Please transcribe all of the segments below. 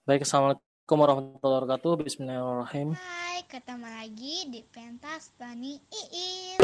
Baik, Assalamualaikum warahmatullahi wabarakatuh. Bismillahirrahmanirrahim. Hai, ketemu lagi di Pentas Bani Iin.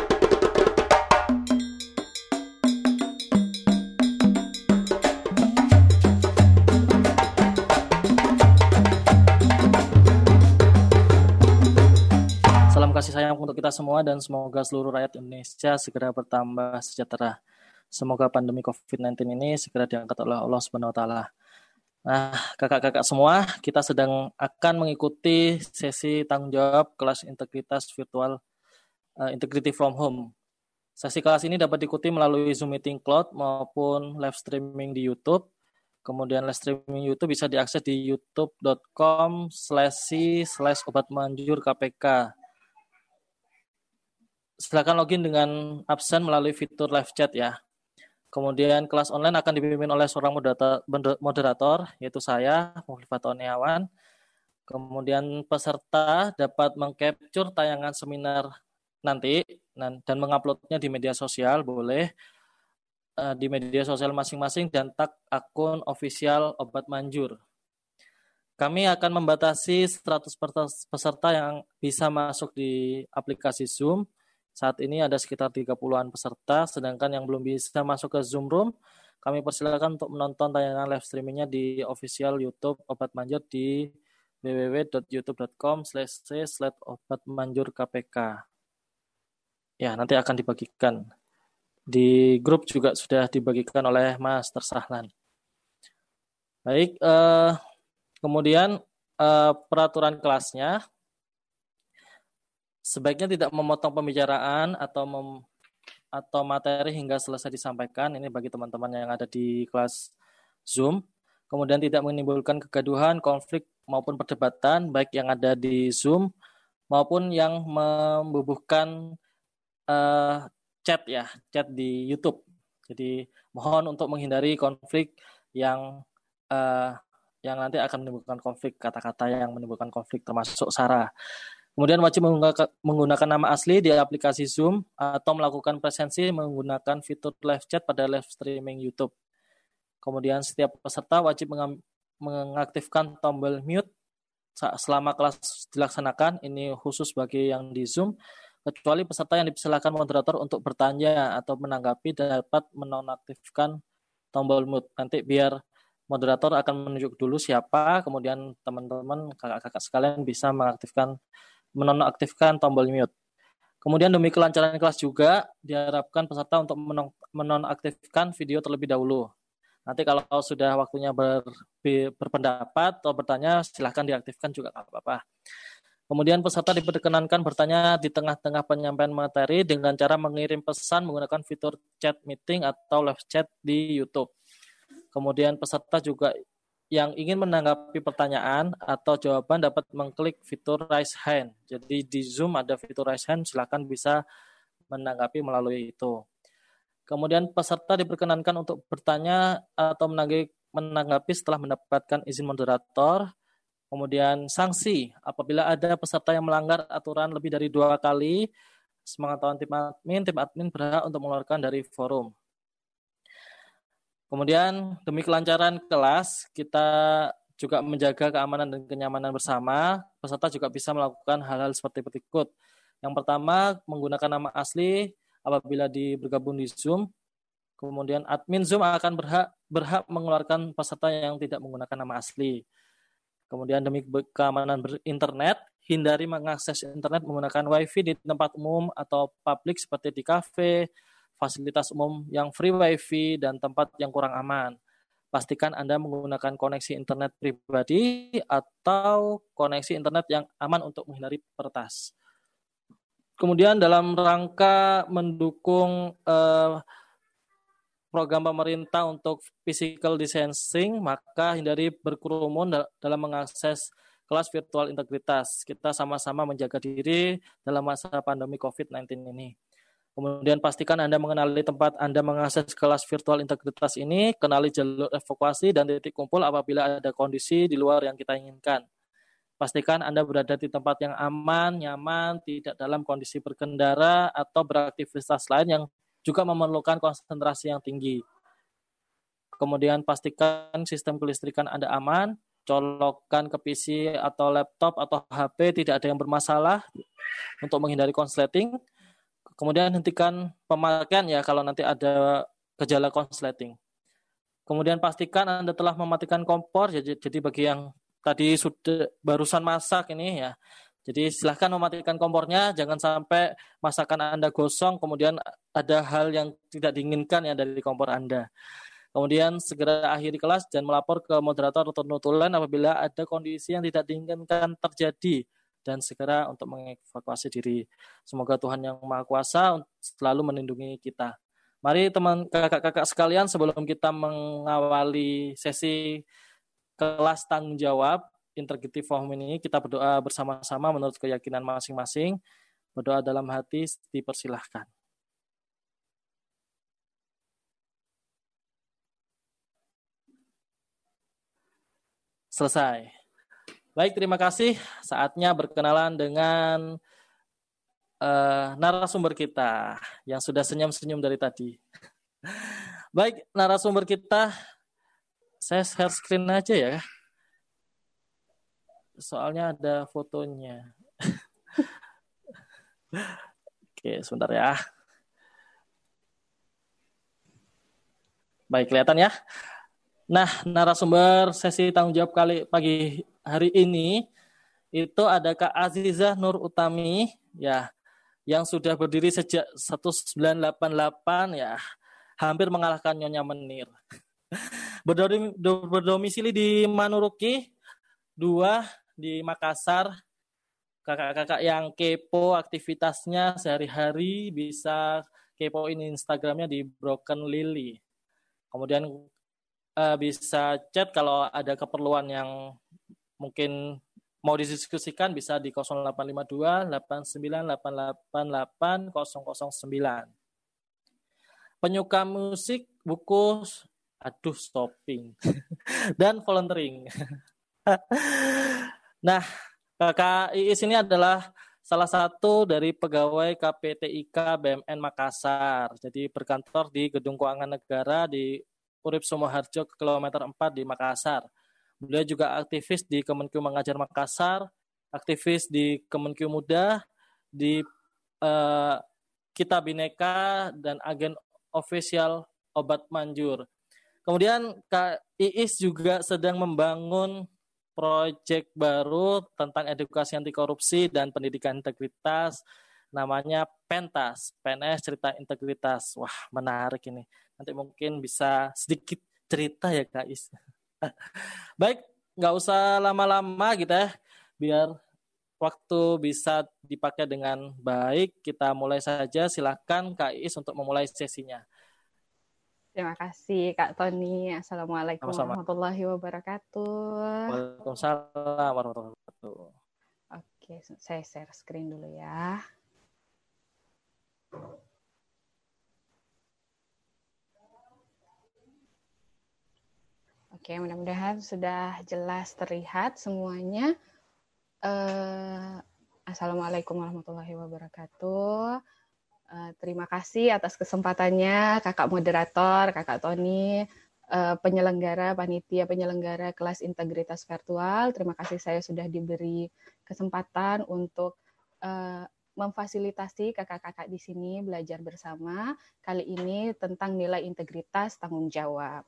Salam kasih sayang untuk kita semua dan semoga seluruh rakyat Indonesia segera bertambah sejahtera. Semoga pandemi COVID-19 ini segera diangkat oleh Allah Subhanahu wa taala. Nah, kakak-kakak semua, kita sedang akan mengikuti sesi tanggung jawab kelas integritas virtual Integrity from Home. Sesi kelas ini dapat diikuti melalui Zoom Meeting Cloud maupun live streaming di YouTube. Kemudian live streaming YouTube bisa diakses di youtube.com/obatmanjurkpk. Silakan login dengan absen melalui fitur live chat ya. Kemudian kelas online akan dipimpin oleh seorang moderator, yaitu saya, Muhlifat Oniawan. Kemudian peserta dapat mengcapture tayangan seminar nanti dan menguploadnya di media sosial, boleh di media sosial masing-masing dan tag akun official Obat Manjur. Kami akan membatasi 100 peserta yang bisa masuk di aplikasi Zoom. Saat ini ada sekitar 30-an peserta, sedangkan yang belum bisa masuk ke Zoom Room, kami persilakan untuk menonton tayangan live streamingnya di official YouTube Obat Manjur di www.youtube.com/obatmanjurkpk. Ya, nanti akan dibagikan. Di grup juga sudah dibagikan oleh Mas Tersahlan. Baik, kemudian peraturan kelasnya, sebaiknya tidak memotong pembicaraan atau materi hingga selesai disampaikan. Ini bagi teman-teman yang ada di kelas Zoom. Kemudian tidak menimbulkan kegaduhan, konflik maupun perdebatan, baik yang ada di Zoom maupun yang membubuhkan chat di YouTube. Jadi mohon untuk menghindari konflik yang nanti akan menimbulkan konflik, kata-kata yang menimbulkan konflik termasuk sara. Kemudian wajib menggunakan nama asli di aplikasi Zoom atau melakukan presensi menggunakan fitur live chat pada live streaming YouTube. Kemudian setiap peserta wajib mengaktifkan tombol mute selama kelas dilaksanakan. Ini khusus bagi yang di Zoom, kecuali peserta yang dipersilakan moderator untuk bertanya atau menanggapi dapat menonaktifkan tombol mute. Nanti biar moderator akan menunjuk dulu siapa, kemudian teman-teman, kakak-kakak sekalian bisa menonaktifkan tombol mute. Kemudian demi kelancaran kelas juga diharapkan peserta untuk menonaktifkan video terlebih dahulu. Nanti kalau sudah waktunya berpendapat atau bertanya, silahkan diaktifkan juga nggak apa-apa. Kemudian peserta diperkenankan bertanya di tengah-tengah penyampaian materi dengan cara mengirim pesan menggunakan fitur chat meeting atau live chat di YouTube. Kemudian peserta juga yang ingin menanggapi pertanyaan atau jawaban dapat mengklik fitur raise hand. Jadi di Zoom ada fitur raise hand, silakan bisa menanggapi melalui itu. Kemudian peserta diperkenankan untuk bertanya atau menanggapi setelah mendapatkan izin moderator. Kemudian sanksi, apabila ada peserta yang melanggar aturan lebih dari 2 kali, sepengetahuan tim admin berhak untuk mengeluarkan dari forum. Kemudian demi kelancaran kelas, kita juga menjaga keamanan dan kenyamanan bersama. Peserta juga bisa melakukan hal-hal seperti berikut. Yang pertama, menggunakan nama asli apabila bergabung di Zoom. Kemudian admin Zoom akan berhak mengeluarkan peserta yang tidak menggunakan nama asli. Kemudian demi keamanan berinternet, hindari mengakses internet menggunakan WiFi di tempat umum atau publik seperti di kafe, fasilitas umum yang free WiFi, dan tempat yang kurang aman. Pastikan Anda menggunakan koneksi internet pribadi atau koneksi internet yang aman untuk menghindari peretas. Kemudian dalam rangka mendukung program pemerintah untuk physical distancing, maka hindari berkerumun dalam mengakses kelas virtual integritas. Kita sama-sama menjaga diri dalam masa pandemi COVID-19 ini. Kemudian pastikan Anda mengenali tempat Anda mengakses kelas virtual integritas ini, kenali jalur evakuasi dan titik kumpul apabila ada kondisi di luar yang kita inginkan. Pastikan Anda berada di tempat yang aman, nyaman, tidak dalam kondisi berkendara atau beraktivitas lain yang juga memerlukan konsentrasi yang tinggi. Kemudian pastikan sistem kelistrikan Anda aman. colokkan ke PC atau laptop atau HP tidak ada yang bermasalah untuk menghindari konsleting. Kemudian hentikan pemakaian ya kalau nanti ada gejala konsleting. Kemudian pastikan Anda telah mematikan kompor. Jadi bagi yang tadi sudah barusan masak ini ya, jadi silahkan mematikan kompornya, jangan sampai masakan Anda gosong, kemudian ada hal yang tidak diinginkan ya dari kompor Anda. Kemudian segera akhiri kelas dan melapor ke moderator atau notulen apabila ada kondisi yang tidak diinginkan terjadi dan segera untuk mengevakuasi diri. Semoga Tuhan yang Maha Kuasa selalu melindungi kita. Mari teman kakak-kakak sekalian, sebelum kita mengawali sesi kelas tanggung jawab Integrative Form ini, kita berdoa bersama-sama menurut keyakinan masing-masing. Berdoa dalam hati dipersilahkan. Selesai. Baik, terima kasih. Saatnya berkenalan dengan narasumber kita yang sudah senyum-senyum dari tadi. Baik, narasumber kita, saya share screen aja ya. Soalnya ada fotonya. Oke, sebentar ya. Baik, kelihatan ya. Nah, narasumber sesi tanggung jawab pagi hari ini itu ada Kak Azizah Nur Utami ya, yang sudah berdiri sejak 1988 ya, hampir mengalahkan Nyonya Menir. Berdomisili di Manuruki, 2 di Makassar. Kakak-kakak yang kepo aktivitasnya sehari-hari bisa kepoin Instagramnya di Broken Lily. Kemudian bisa chat kalau ada keperluan yang mungkin mau didiskusikan, bisa di 0852 8988 009. Penyuka musik, buku, stopping, dan volunteering. Nah, Kakak Iis ini adalah salah satu dari pegawai KPTIK BMN Makassar. Jadi berkantor di Gedung Keuangan Negara di Urip Sumoharjo kilometer 4 di Makassar. Beliau juga aktivis di Kemenkeu Mengajar Makassar, aktivis di Kemenkeu Muda, di Kita Bhinneka, dan agen ofisial obat manjur. Kemudian Kak Iis juga sedang membangun proyek baru tentang edukasi anti korupsi dan pendidikan integritas, namanya PENTAS, PNS Cerita Integritas. Wah, menarik ini. Nanti mungkin bisa sedikit cerita ya Kak Is. Baik, nggak usah lama-lama gitu ya, biar waktu bisa dipakai dengan baik. Kita mulai saja, silakan Kak Is untuk memulai sesinya. Terima kasih Kak Tony. Assalamualaikum Sama-sama. warahmatullahi wabarakatuh. Waalaikumsalam warahmatullahi wabarakatuh. Oke, saya share screen dulu ya. Oke, mudah-mudahan sudah jelas terlihat semuanya. Assalamualaikum warahmatullahi wabarakatuh. Terima kasih atas kesempatannya Kakak Moderator, Kakak Tony, panitia penyelenggara kelas integritas virtual. Terima kasih saya sudah diberi kesempatan untuk memfasilitasi kakak-kakak di sini belajar bersama. Kali ini tentang nilai integritas tanggung jawab.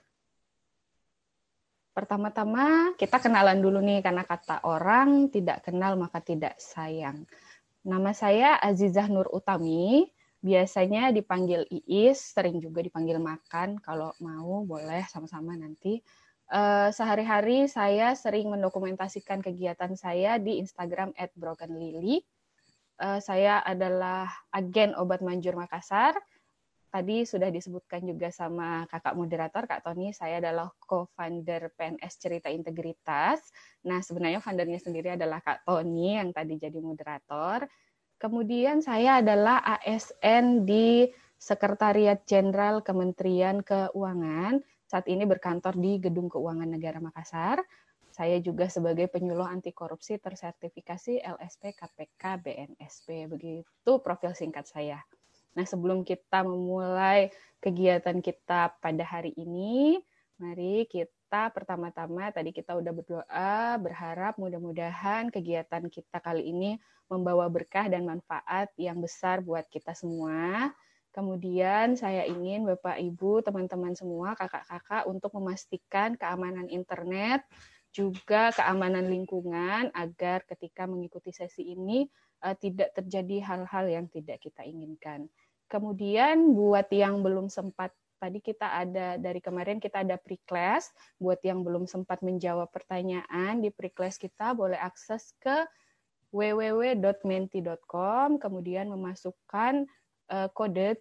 Pertama-tama kita kenalan dulu nih, karena kata orang tidak kenal maka tidak sayang. Nama saya Azizah Nur Utami, biasanya dipanggil Iis, sering juga dipanggil Makan, kalau mau boleh sama-sama nanti. Sehari-hari saya sering mendokumentasikan kegiatan saya di Instagram @brokenlily. Saya adalah agen obat manjur Makassar. Tadi sudah disebutkan juga sama kakak moderator, Kak Tony, saya adalah co-founder PNS Cerita Integritas. Nah, sebenarnya foundernya sendiri adalah Kak Tony yang tadi jadi moderator. Kemudian saya adalah ASN di Sekretariat Jenderal Kementerian Keuangan. Saat ini berkantor di Gedung Keuangan Negara Makassar. Saya juga sebagai penyuluh anti korupsi tersertifikasi LSP KPK BNSP. Begitu profil singkat saya. Nah, sebelum kita memulai kegiatan kita pada hari ini, mari kita kita pertama-tama tadi kita udah berdoa, berharap mudah-mudahan kegiatan kita kali ini membawa berkah dan manfaat yang besar buat kita semua. Kemudian saya ingin Bapak, Ibu, teman-teman semua, kakak-kakak untuk memastikan keamanan internet, juga keamanan lingkungan agar ketika mengikuti sesi ini tidak terjadi hal-hal yang tidak kita inginkan. Kemudian buat yang belum sempat, tadi kita ada dari kemarin kita ada pre-class, buat yang belum sempat menjawab pertanyaan di pre-class kita boleh akses ke www.menti.com, kemudian memasukkan kode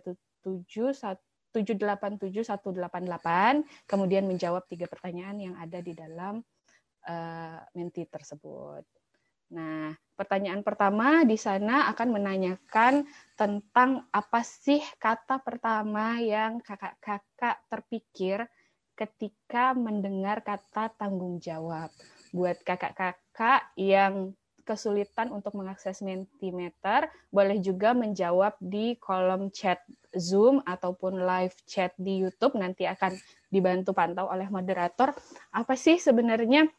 787188188, kemudian menjawab 3 pertanyaan yang ada di dalam Menti tersebut. Nah, pertanyaan pertama di sana akan menanyakan tentang apa sih kata pertama yang kakak-kakak terpikir ketika mendengar kata tanggung jawab. Buat kakak-kakak yang kesulitan untuk mengakses Mentimeter, boleh juga menjawab di kolom chat Zoom ataupun live chat di YouTube, nanti akan dibantu pantau oleh moderator. Apa sih sebenarnya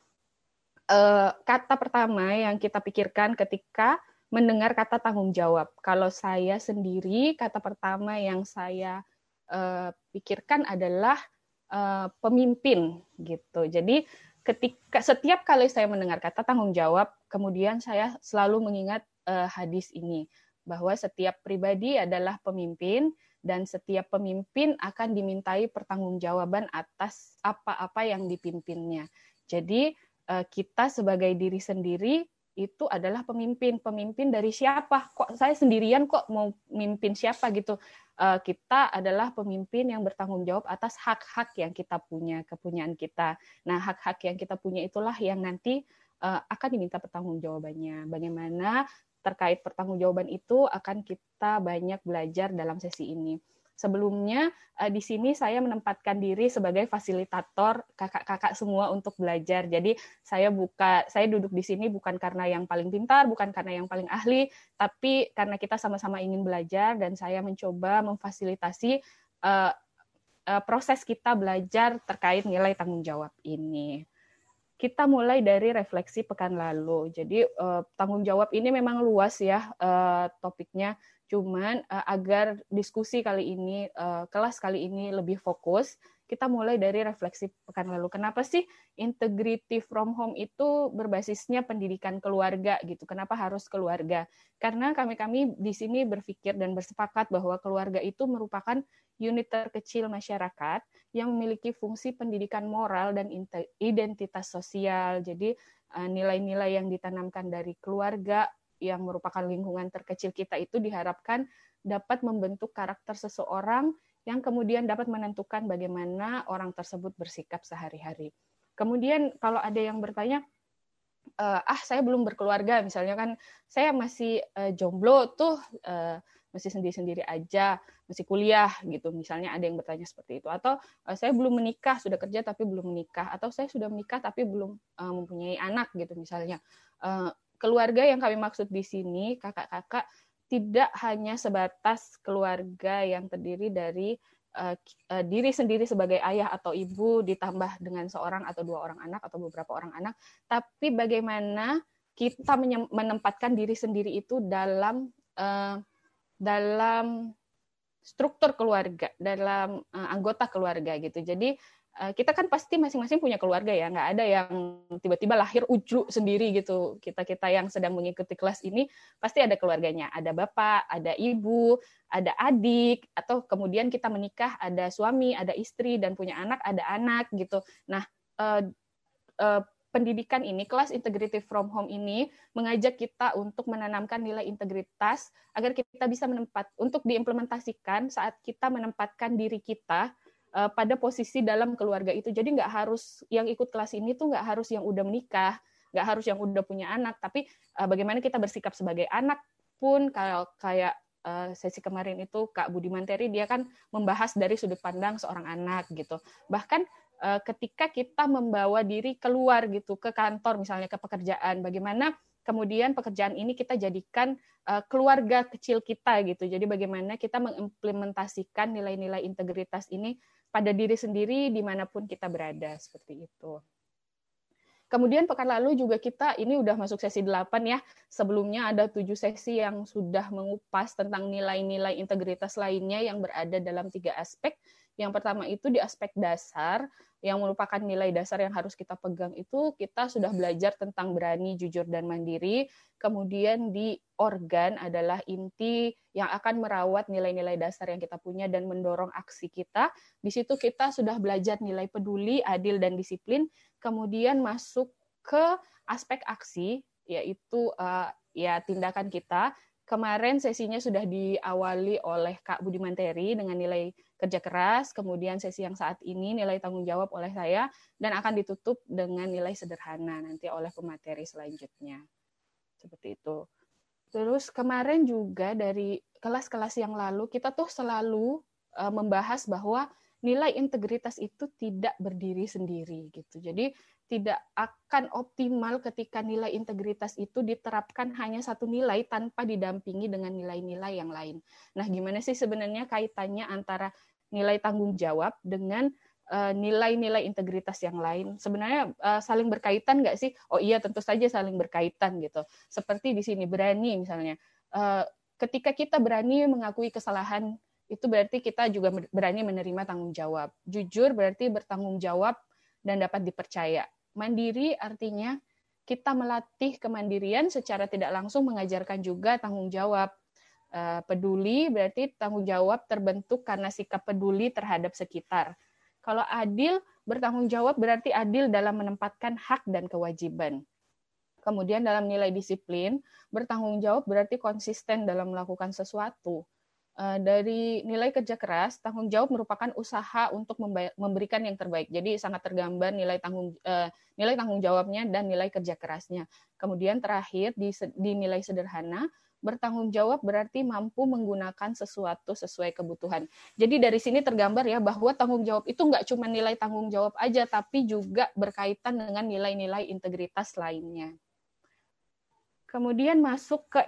kata pertama yang kita pikirkan ketika mendengar kata tanggung jawab? Kalau saya sendiri, kata pertama yang saya pikirkan adalah pemimpin gitu. Jadi setiap kali saya mendengar kata tanggung jawab, kemudian saya selalu mengingat hadis ini, bahwa setiap pribadi adalah pemimpin dan setiap pemimpin akan dimintai pertanggungjawaban atas apa-apa yang dipimpinnya. Jadi kita sebagai diri sendiri itu adalah pemimpin. Pemimpin dari siapa? Kok saya sendirian kok mau mimpin siapa gitu? Kita adalah pemimpin yang bertanggung jawab atas hak-hak yang kita punya, kepunyaan kita. Nah, hak-hak yang kita punya itulah yang nanti akan diminta pertanggungjawabannya. Bagaimana terkait pertanggungjawaban itu akan kita banyak belajar dalam sesi ini. Sebelumnya di sini saya menempatkan diri sebagai fasilitator kakak-kakak semua untuk belajar. Jadi saya duduk di sini bukan karena yang paling pintar, bukan karena yang paling ahli, tapi karena kita sama-sama ingin belajar dan saya mencoba memfasilitasi proses kita belajar terkait nilai tanggung jawab ini. Kita mulai dari refleksi pekan lalu. Jadi tanggung jawab ini memang luas ya topiknya. Cuman agar diskusi kali ini, kelas kali ini lebih fokus, kita mulai dari refleksi pekan lalu. Kenapa sih integrity from home itu berbasisnya pendidikan keluarga gitu? Kenapa harus keluarga? Karena kami di sini berpikir dan bersepakat bahwa keluarga itu merupakan unit terkecil masyarakat yang memiliki fungsi pendidikan moral dan identitas sosial. Jadi nilai-nilai yang ditanamkan dari keluarga yang merupakan lingkungan terkecil kita itu diharapkan dapat membentuk karakter seseorang yang kemudian dapat menentukan bagaimana orang tersebut bersikap sehari-hari. Kemudian kalau ada yang bertanya, saya belum berkeluarga, misalnya kan saya masih jomblo tuh, masih sendiri-sendiri aja, masih kuliah gitu, misalnya ada yang bertanya seperti itu. Atau saya belum menikah, sudah kerja tapi belum menikah. Atau saya sudah menikah tapi belum mempunyai anak gitu misalnya. Keluarga yang kami maksud di sini, kakak-kakak, tidak hanya sebatas keluarga yang terdiri dari diri sendiri sebagai ayah atau ibu ditambah dengan seorang atau 2 orang anak atau beberapa orang anak, tapi bagaimana kita menempatkan diri sendiri itu dalam struktur keluarga, dalam anggota keluarga gitu. Jadi kita kan pasti masing-masing punya keluarga ya, nggak ada yang tiba-tiba lahir ujlu sendiri gitu. Kita yang sedang mengikuti kelas ini pasti ada keluarganya, ada bapak, ada ibu, ada adik, atau kemudian kita menikah, ada suami, ada istri, dan punya anak, ada anak gitu. Nah, pendidikan ini, kelas integrative from home ini mengajak kita untuk menanamkan nilai integritas agar kita bisa untuk diimplementasikan saat kita menempatkan diri kita pada posisi dalam keluarga itu. Jadi nggak harus yang ikut kelas ini tuh nggak harus yang udah menikah, nggak harus yang udah punya anak, tapi bagaimana kita bersikap sebagai anak pun kayak sesi kemarin itu Kak Budi Manteri dia kan membahas dari sudut pandang seorang anak gitu. Bahkan ketika kita membawa diri keluar gitu ke kantor misalnya ke pekerjaan, bagaimana kemudian pekerjaan ini kita jadikan keluarga kecil kita gitu. Jadi bagaimana kita mengimplementasikan nilai-nilai integritas ini pada diri sendiri dimanapun kita berada, seperti itu. Kemudian pekan lalu juga kita, ini udah masuk sesi 8 ya, sebelumnya ada 7 sesi yang sudah mengupas tentang nilai-nilai integritas lainnya yang berada dalam 3 aspek. Yang pertama itu di aspek dasar, yang merupakan nilai dasar yang harus kita pegang itu, kita sudah belajar tentang berani, jujur, dan mandiri. Kemudian di organ adalah inti yang akan merawat nilai-nilai dasar yang kita punya dan mendorong aksi kita. Di situ kita sudah belajar nilai peduli, adil, dan disiplin. Kemudian masuk ke aspek aksi, yaitu tindakan kita. Kemarin sesinya sudah diawali oleh Kak Budi Manteri dengan nilai kerja keras, kemudian sesi yang saat ini nilai tanggung jawab oleh saya, dan akan ditutup dengan nilai sederhana nanti oleh pemateri selanjutnya. Seperti itu. Terus kemarin juga dari kelas-kelas yang lalu, kita tuh selalu membahas bahwa nilai integritas itu tidak berdiri sendiri gitu. Jadi tidak akan optimal ketika nilai integritas itu diterapkan hanya satu nilai tanpa didampingi dengan nilai-nilai yang lain. Nah, gimana sih sebenarnya kaitannya antara nilai tanggung jawab dengan nilai-nilai integritas yang lain? Sebenarnya saling berkaitan nggak sih? Oh iya, tentu saja saling berkaitan gitu. Seperti di sini berani misalnya. Ketika kita berani mengakui kesalahan, itu berarti kita juga berani menerima tanggung jawab. Jujur berarti bertanggung jawab dan dapat dipercaya. Mandiri artinya kita melatih kemandirian secara tidak langsung mengajarkan juga tanggung jawab. Peduli berarti tanggung jawab terbentuk karena sikap peduli terhadap sekitar. Kalau adil, bertanggung jawab berarti adil dalam menempatkan hak dan kewajiban. Kemudian dalam nilai disiplin, bertanggung jawab berarti konsisten dalam melakukan sesuatu. Dari nilai kerja keras, tanggung jawab merupakan usaha untuk memberikan yang terbaik. Jadi sangat tergambar nilai tanggung jawabnya dan nilai kerja kerasnya. Kemudian terakhir di nilai sederhana, bertanggung jawab berarti mampu menggunakan sesuatu sesuai kebutuhan. Jadi dari sini tergambar ya bahwa tanggung jawab itu nggak cuma nilai tanggung jawab aja, tapi juga berkaitan dengan nilai-nilai integritas lainnya. Kemudian masuk ke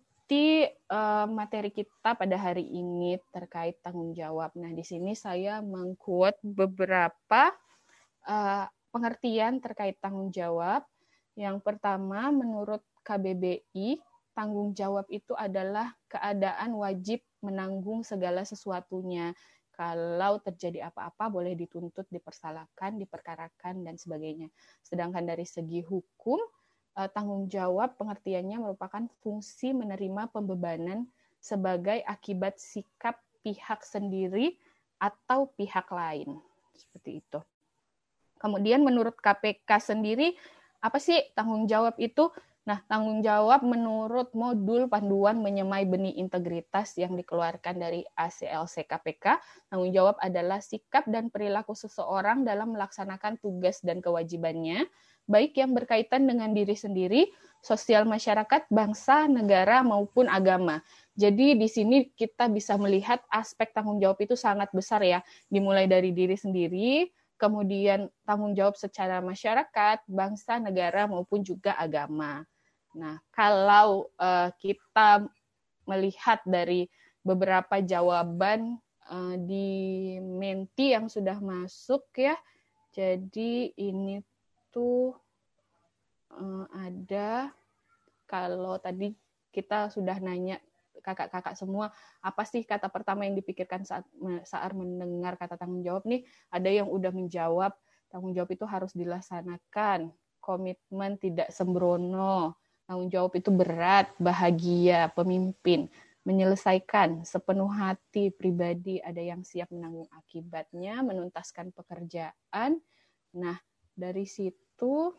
materi kita pada hari ini terkait tanggung jawab. Nah, di sini saya meng-quote beberapa pengertian terkait tanggung jawab. Yang pertama, menurut KBBI, tanggung jawab itu adalah keadaan wajib menanggung segala sesuatunya. Kalau terjadi apa-apa, boleh dituntut, dipersalahkan, diperkarakan, dan sebagainya. Sedangkan dari segi hukum, tanggung jawab pengertiannya merupakan fungsi menerima pembebanan sebagai akibat sikap pihak sendiri atau pihak lain. Seperti itu. Kemudian menurut KPK sendiri, apa sih tanggung jawab itu? Nah, tanggung jawab menurut modul panduan menyemai benih integritas yang dikeluarkan dari ACLC KPK, tanggung jawab adalah sikap dan perilaku seseorang dalam melaksanakan tugas dan kewajibannya, baik yang berkaitan dengan diri sendiri, sosial masyarakat, bangsa, negara, maupun agama. Jadi di sini kita bisa melihat aspek tanggung jawab itu sangat besar ya, dimulai dari diri sendiri, kemudian tanggung jawab secara masyarakat, bangsa, negara, maupun juga agama. Nah, kalau kita melihat dari beberapa jawaban di menti yang sudah masuk ya, jadi ini tuh ada, kalau tadi kita sudah nanya kakak-kakak semua, apa sih kata pertama yang dipikirkan saat mendengar kata tanggung jawab nih? Ada yang udah menjawab, tanggung jawab itu harus dilaksanakan, komitmen tidak sembrono, tanggung jawab itu berat, bahagia, pemimpin, menyelesaikan, sepenuh hati, pribadi, ada yang siap menanggung akibatnya, menuntaskan pekerjaan. Nah, dari situ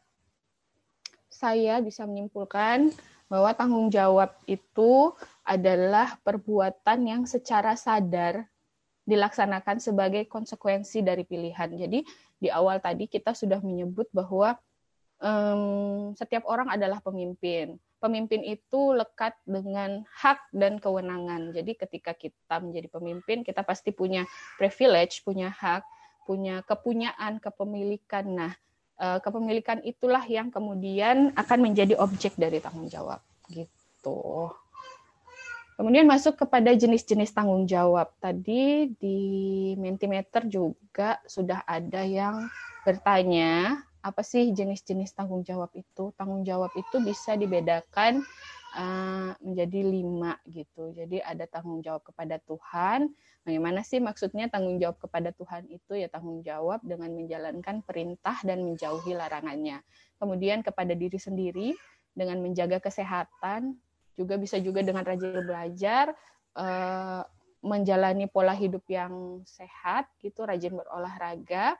saya bisa menyimpulkan bahwa tanggung jawab itu adalah perbuatan yang secara sadar dilaksanakan sebagai konsekuensi dari pilihan. Jadi di awal tadi kita sudah menyebut bahwa setiap orang adalah pemimpin. Pemimpin itu lekat dengan hak dan kewenangan. Jadi ketika kita menjadi pemimpin, kita pasti punya privilege, punya hak, punya kepunyaan, kepemilikan. Nah, kepemilikan itulah yang kemudian akan menjadi objek dari tanggung jawab gitu. Kemudian masuk kepada jenis-jenis tanggung jawab. Tadi di Mentimeter juga sudah ada yang bertanya, apa sih jenis-jenis tanggung jawab itu? Tanggung jawab itu bisa dibedakan menjadi 5 gitu. Jadi ada tanggung jawab kepada Tuhan. Bagaimana sih maksudnya tanggung jawab kepada Tuhan itu? Ya tanggung jawab dengan menjalankan perintah dan menjauhi larangannya. Kemudian kepada diri sendiri dengan menjaga kesehatan, juga bisa juga dengan rajin belajar, menjalani pola hidup yang sehat, gitu, rajin berolahraga.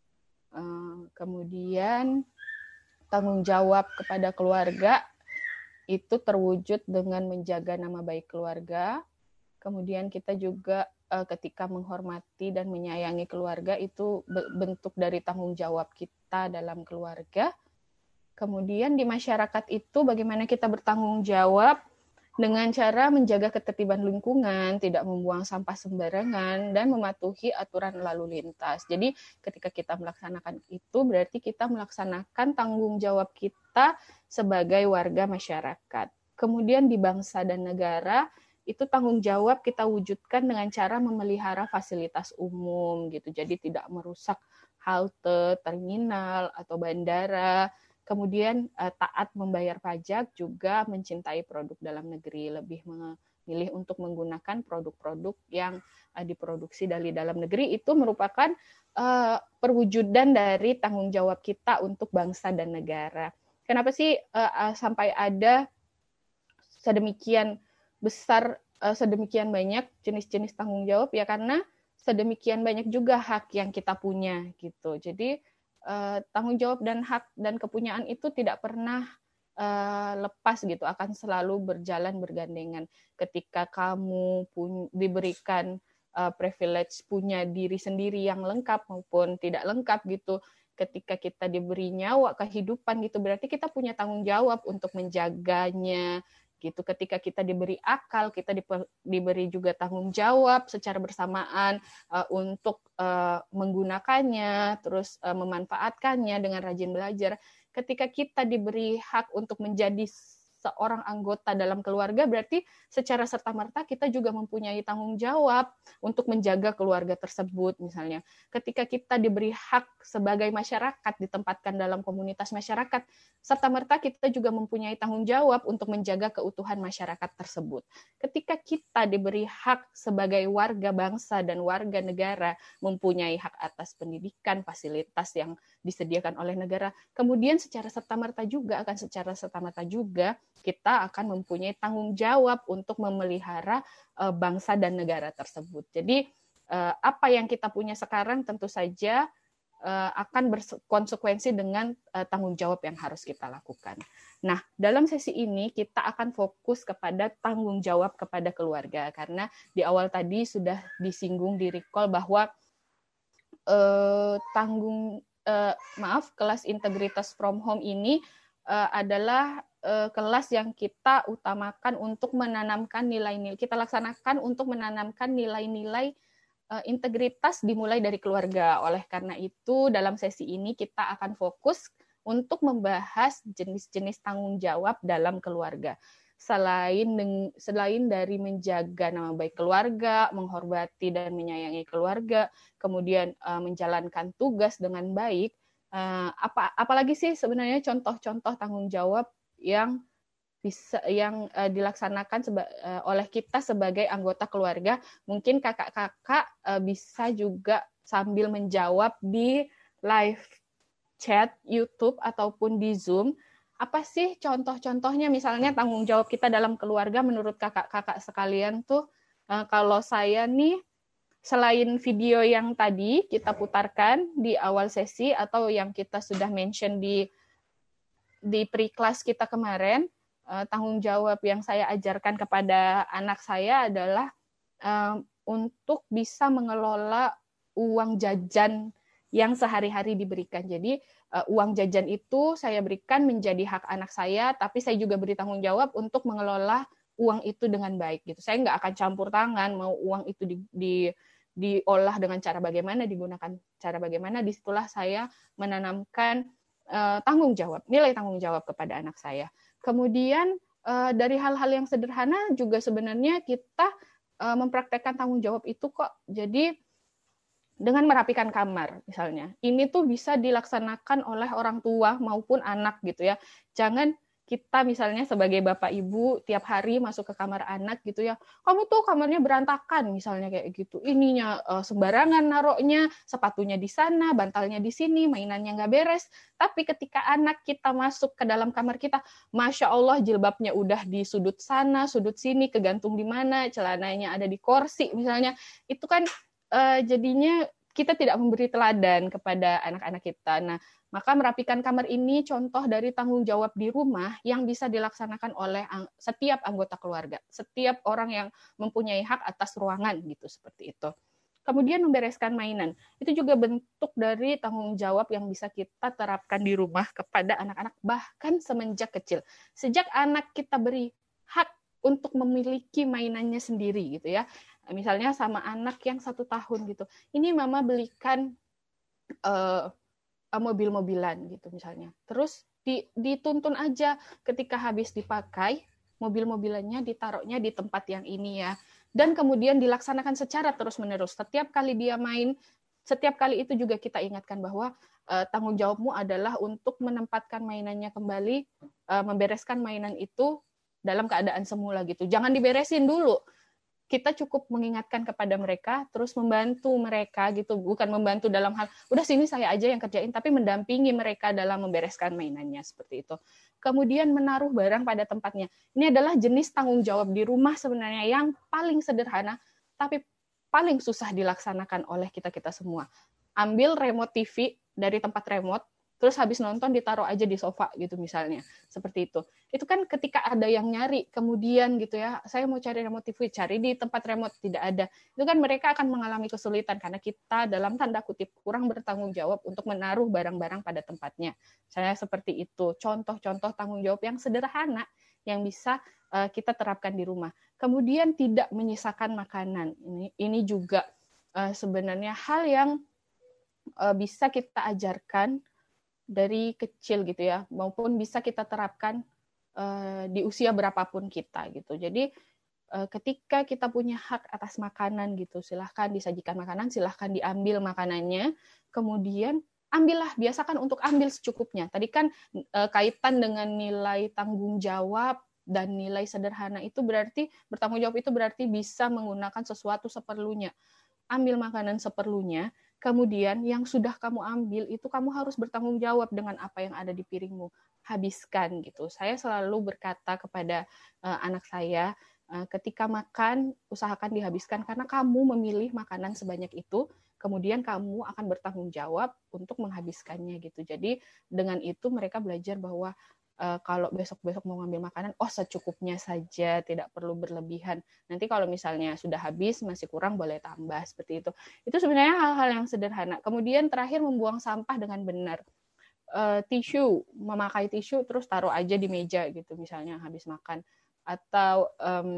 Kemudian tanggung jawab kepada keluarga itu terwujud dengan menjaga nama baik keluarga. Kemudian kita juga ketika menghormati dan menyayangi keluarga itu bentuk dari tanggung jawab kita dalam keluarga. Kemudian di masyarakat itu bagaimana kita bertanggung jawab dengan cara menjaga ketertiban lingkungan, tidak membuang sampah sembarangan, dan mematuhi aturan lalu lintas. Jadi ketika kita melaksanakan itu, berarti kita melaksanakan tanggung jawab kita sebagai warga masyarakat. Kemudian di bangsa dan negara, itu tanggung jawab kita wujudkan dengan cara memelihara fasilitas umum, gitu. Jadi tidak merusak halte, terminal, atau bandara. Kemudian taat membayar pajak, juga mencintai produk dalam negeri, lebih memilih untuk menggunakan produk-produk yang diproduksi dari dalam negeri. Itu merupakan perwujudan dari tanggung jawab kita untuk bangsa dan negara. Kenapa sih sampai ada sedemikian besar, sedemikian banyak jenis-jenis tanggung jawab? Ya karena sedemikian banyak juga hak yang kita punya gitu. Jadi tanggung jawab dan hak dan kepunyaan itu tidak pernah lepas gitu, akan selalu berjalan bergandengan. Ketika kamu diberikan privilege punya diri sendiri yang lengkap maupun tidak lengkap gitu, ketika kita diberi nyawa, kehidupan gitu, berarti kita punya tanggung jawab untuk menjaganya gitu. Ketika kita diberi akal, kita diberi juga tanggung jawab secara bersamaan untuk menggunakannya, terus memanfaatkannya dengan rajin belajar. Ketika kita diberi hak untuk menjadi seorang anggota dalam keluarga, berarti secara serta-merta kita juga mempunyai tanggung jawab untuk menjaga keluarga tersebut misalnya. Ketika kita diberi hak sebagai masyarakat, ditempatkan dalam komunitas masyarakat, serta-merta kita juga mempunyai tanggung jawab untuk menjaga keutuhan masyarakat tersebut. Ketika kita diberi hak sebagai warga bangsa dan warga negara, mempunyai hak atas pendidikan, fasilitas yang disediakan oleh negara, kemudian secara serta-merta juga kita akan mempunyai tanggung jawab untuk memelihara bangsa dan negara tersebut. Jadi apa yang kita punya sekarang tentu saja akan berkonsekuensi dengan tanggung jawab yang harus kita lakukan. Nah, dalam sesi ini kita akan fokus kepada tanggung jawab kepada keluarga, karena di awal tadi sudah disinggung, di-recall bahwa kelas integritas from home ini adalah kelas yang kita utamakan untuk menanamkan nilai-nilai, kita laksanakan untuk menanamkan nilai-nilai integritas dimulai dari keluarga. Oleh karena itu, dalam sesi ini kita akan fokus untuk membahas jenis-jenis tanggung jawab dalam keluarga. Selain dari menjaga nama baik keluarga, menghormati dan menyayangi keluarga, kemudian menjalankan tugas dengan baik, apalagi sih sebenarnya contoh-contoh tanggung jawab yang dilaksanakan oleh kita sebagai anggota keluarga. Mungkin kakak-kakak bisa juga sambil menjawab di live chat YouTube ataupun di Zoom. Apa sih contoh-contohnya, misalnya tanggung jawab kita dalam keluarga menurut kakak-kakak sekalian tuh? Kalau saya nih, selain video yang tadi kita putarkan di awal sesi atau yang kita sudah mention di pre-class kita kemarin, tanggung jawab yang saya ajarkan kepada anak saya adalah untuk bisa mengelola uang jajan yang sehari-hari diberikan. Jadi uang jajan itu saya berikan menjadi hak anak saya, tapi saya juga beri tanggung jawab untuk mengelola uang itu dengan baik. Gitu. Saya nggak akan campur tangan mau uang itu diolah dengan cara bagaimana, digunakan cara bagaimana. Disitulah saya menanamkan nilai tanggung jawab kepada anak saya. Kemudian dari hal-hal yang sederhana juga sebenarnya kita mempraktekkan tanggung jawab itu kok. Jadi dengan merapikan kamar misalnya, ini tuh bisa dilaksanakan oleh orang tua maupun anak gitu ya. Jangan kita misalnya sebagai bapak ibu tiap hari masuk ke kamar anak gitu ya, kamu tuh kamarnya berantakan misalnya kayak gitu, ininya sembarangan naroknya, sepatunya di sana, bantalnya di sini, mainannya nggak beres. Tapi ketika anak kita masuk ke dalam kamar kita, masya Allah jilbabnya udah di sudut sana, sudut sini, kegantung di mana, celananya ada di kursi misalnya, itu kan jadinya kita tidak memberi teladan kepada anak-anak kita. Nah, maka merapikan kamar ini contoh dari tanggung jawab di rumah yang bisa dilaksanakan oleh setiap anggota keluarga, setiap orang yang mempunyai hak atas ruangan gitu, seperti itu. Kemudian membereskan mainan, itu juga bentuk dari tanggung jawab yang bisa kita terapkan di rumah kepada anak-anak bahkan semenjak kecil. Sejak anak kita beri hak untuk memiliki mainannya sendiri gitu ya. Misalnya sama anak yang 1 tahun gitu, ini mama belikan mobil-mobilan gitu misalnya. Terus dituntun aja ketika habis dipakai, mobil-mobilannya ditaruhnya di tempat yang ini ya. Dan kemudian dilaksanakan secara terus-menerus. Setiap kali dia main, setiap kali itu juga kita ingatkan bahwa tanggung jawabmu adalah untuk menempatkan mainannya kembali, membereskan mainan itu dalam keadaan semula gitu. Jangan diberesin dulu. Kita cukup mengingatkan kepada mereka, terus membantu mereka gitu, bukan membantu dalam hal udah sini saya aja yang kerjain, tapi mendampingi mereka dalam membereskan mainannya seperti itu. Kemudian menaruh barang pada tempatnya. Ini adalah jenis tanggung jawab di rumah sebenarnya yang paling sederhana, tapi paling susah dilaksanakan oleh kita-kita semua. Ambil remote TV dari tempat remote, terus habis nonton ditaruh aja di sofa gitu misalnya, seperti itu. Itu kan ketika ada yang nyari, kemudian gitu ya, saya mau cari remote TV, cari di tempat remote tidak ada. Itu kan mereka akan mengalami kesulitan karena kita dalam tanda kutip kurang bertanggung jawab untuk menaruh barang-barang pada tempatnya. Saya seperti itu, contoh-contoh tanggung jawab yang sederhana yang bisa kita terapkan di rumah. Kemudian tidak menyisakan makanan. Ini juga sebenarnya hal yang bisa kita ajarkan dari kecil gitu ya, maupun bisa kita terapkan di usia berapapun kita gitu. Jadi ketika kita punya hak atas makanan gitu, silahkan disajikan makanan, silahkan diambil makanannya, kemudian ambillah, biasakan untuk ambil secukupnya. Tadi kan kaitan dengan nilai tanggung jawab dan nilai sederhana itu berarti, bertanggung jawab itu berarti bisa menggunakan sesuatu seperlunya. Ambil makanan seperlunya, kemudian yang sudah kamu ambil itu kamu harus bertanggung jawab dengan apa yang ada di piringmu. Habiskan gitu. Saya selalu berkata kepada anak saya, ketika makan usahakan dihabiskan karena kamu memilih makanan sebanyak itu, kemudian kamu akan bertanggung jawab untuk menghabiskannya gitu. Jadi dengan itu mereka belajar bahwa kalau besok-besok mau ngambil makanan, secukupnya saja, tidak perlu berlebihan. Nanti kalau misalnya sudah habis, masih kurang, boleh tambah, seperti itu. Itu sebenarnya hal-hal yang sederhana. Kemudian terakhir membuang sampah dengan benar. Tisu, memakai tisu, terus taruh aja di meja, gitu misalnya, habis makan. Atau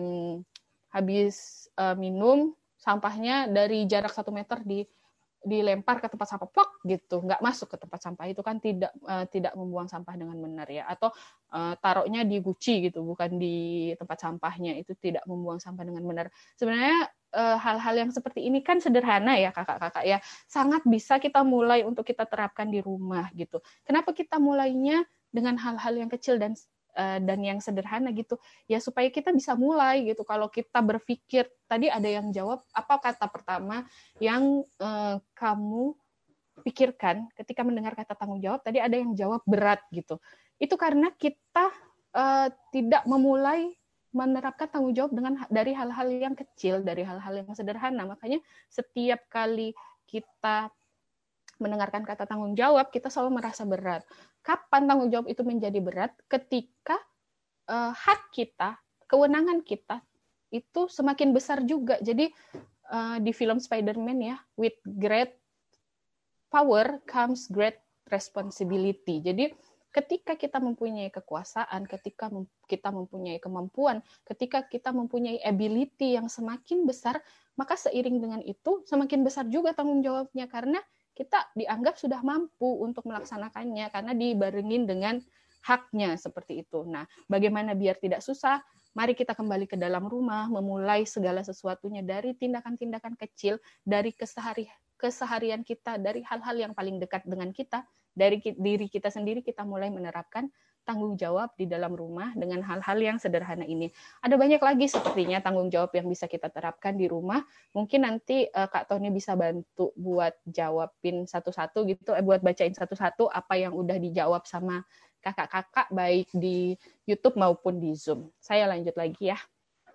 habis minum, sampahnya dari jarak 1 meter dilempar ke tempat sampah, plok gitu, nggak masuk ke tempat sampah, itu kan tidak membuang sampah dengan benar ya. Atau taruhnya di guci gitu, bukan di tempat sampahnya, itu tidak membuang sampah dengan benar. Sebenarnya hal-hal yang seperti ini kan sederhana ya kakak-kakak ya, sangat bisa kita mulai untuk kita terapkan di rumah gitu. Kenapa kita mulainya dengan hal-hal yang kecil dan yang sederhana gitu ya, supaya kita bisa mulai gitu. Kalau kita berpikir, tadi ada yang jawab apa kata pertama yang kamu pikirkan ketika mendengar kata tanggung jawab, tadi ada yang jawab berat gitu. Itu karena kita tidak memulai menerapkan tanggung jawab dari hal-hal yang kecil, dari hal-hal yang sederhana. Makanya setiap kali kita mendengarkan kata tanggung jawab, kita selalu merasa berat. Kapan tanggung jawab itu menjadi berat? Ketika hak kita, kewenangan kita itu semakin besar juga. Jadi di film Spider-Man ya, with great power comes great responsibility. Jadi ketika kita mempunyai kekuasaan, ketika kita mempunyai kemampuan, ketika kita mempunyai ability yang semakin besar, maka seiring dengan itu semakin besar juga tanggung jawabnya, karena kita dianggap sudah mampu untuk melaksanakannya karena dibarengin dengan haknya seperti itu. Nah, bagaimana biar tidak susah? Mari kita kembali ke dalam rumah, memulai segala sesuatunya dari tindakan-tindakan kecil, dari keseharian kita, dari hal-hal yang paling dekat dengan kita, dari diri kita sendiri kita mulai menerapkan tanggung jawab di dalam rumah dengan hal-hal yang sederhana ini. Ada banyak lagi sepertinya tanggung jawab yang bisa kita terapkan di rumah. Mungkin nanti Kak Tony bisa bantu buat jawabin satu-satu gitu, buat bacain satu-satu apa yang udah dijawab sama kakak-kakak baik di YouTube maupun di Zoom. Saya lanjut lagi ya.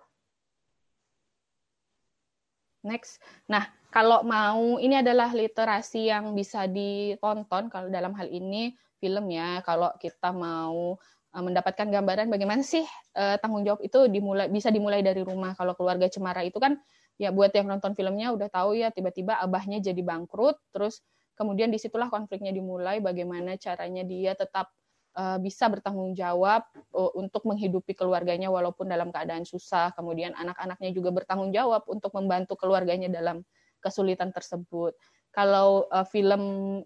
Next. Nah, kalau mau, ini adalah literasi yang bisa ditonton kalau dalam hal ini film ya. Kalau kita mau mendapatkan gambaran bagaimana sih tanggung jawab itu bisa dimulai dari rumah. Kalau Keluarga Cemara itu kan ya buat yang nonton filmnya udah tahu ya, tiba-tiba abahnya jadi bangkrut, terus kemudian disitulah konfliknya dimulai, bagaimana caranya dia tetap bisa bertanggung jawab untuk menghidupi keluarganya walaupun dalam keadaan susah. Kemudian anak-anaknya juga bertanggung jawab untuk membantu keluarganya dalam kesulitan tersebut. Kalau film